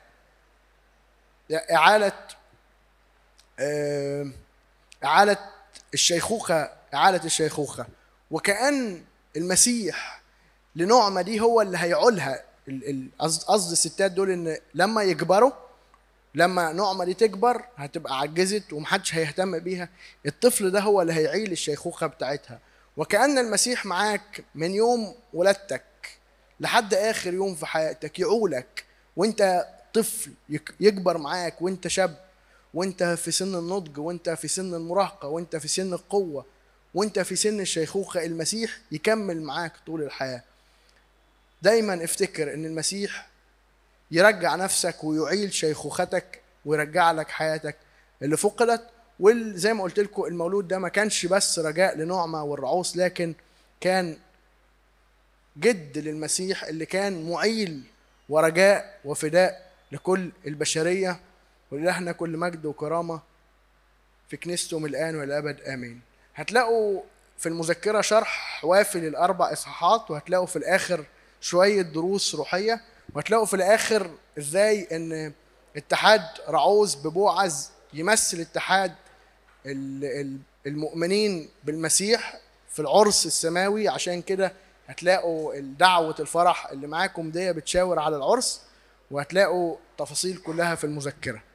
إعالة الشيخوخة، إعالة الشيخوخة. وكأن المسيح لنعمة دي هو اللي هيعولها. قصد الستات دول ان لما يكبروا، لما نعمة دي تكبر هتبقى عجزت ومحدش هيهتم بيها، الطفل ده هو اللي هيعيل الشيخوخة بتاعتها. وكأن المسيح معاك من يوم ولادتك لحد آخر يوم في حياتك، يعولك وانت طفل، يكبر معاك وانت شاب، وانت في سن النضج، وانت في سن المراهقة، وانت في سن القوة، وانت في سن الشيخوخة. المسيح يكمل معاك طول الحياة. دايما افتكر ان المسيح يرجع نفسك ويعيل شيخوختك ويرجع لك حياتك اللي فقدت. وزي ما قلت لكم، المولود ده ما كانش بس رجاء لنعمة والرعوس، لكن كان جد للمسيح اللي كان معيل ورجاء وفداء لكل البشرية. ولله كل مجد وكرامة في كنيسته من الآن والأبد آمين. هتلاقوا في المذكرة شرح وافي للأربع إصحاحات، وهتلاقوا في الآخر شوية دروس روحية، وهتلاقوا في الآخر إزاي إن اتحاد رعوز ببوعز يمثل اتحاد المؤمنين بالمسيح في العرس السماوي. عشان كده هتلاقوا دعوة الفرح اللي معاكم دي بتشاور على العرس، وهتلاقوا تفاصيل كلها في المذكرة.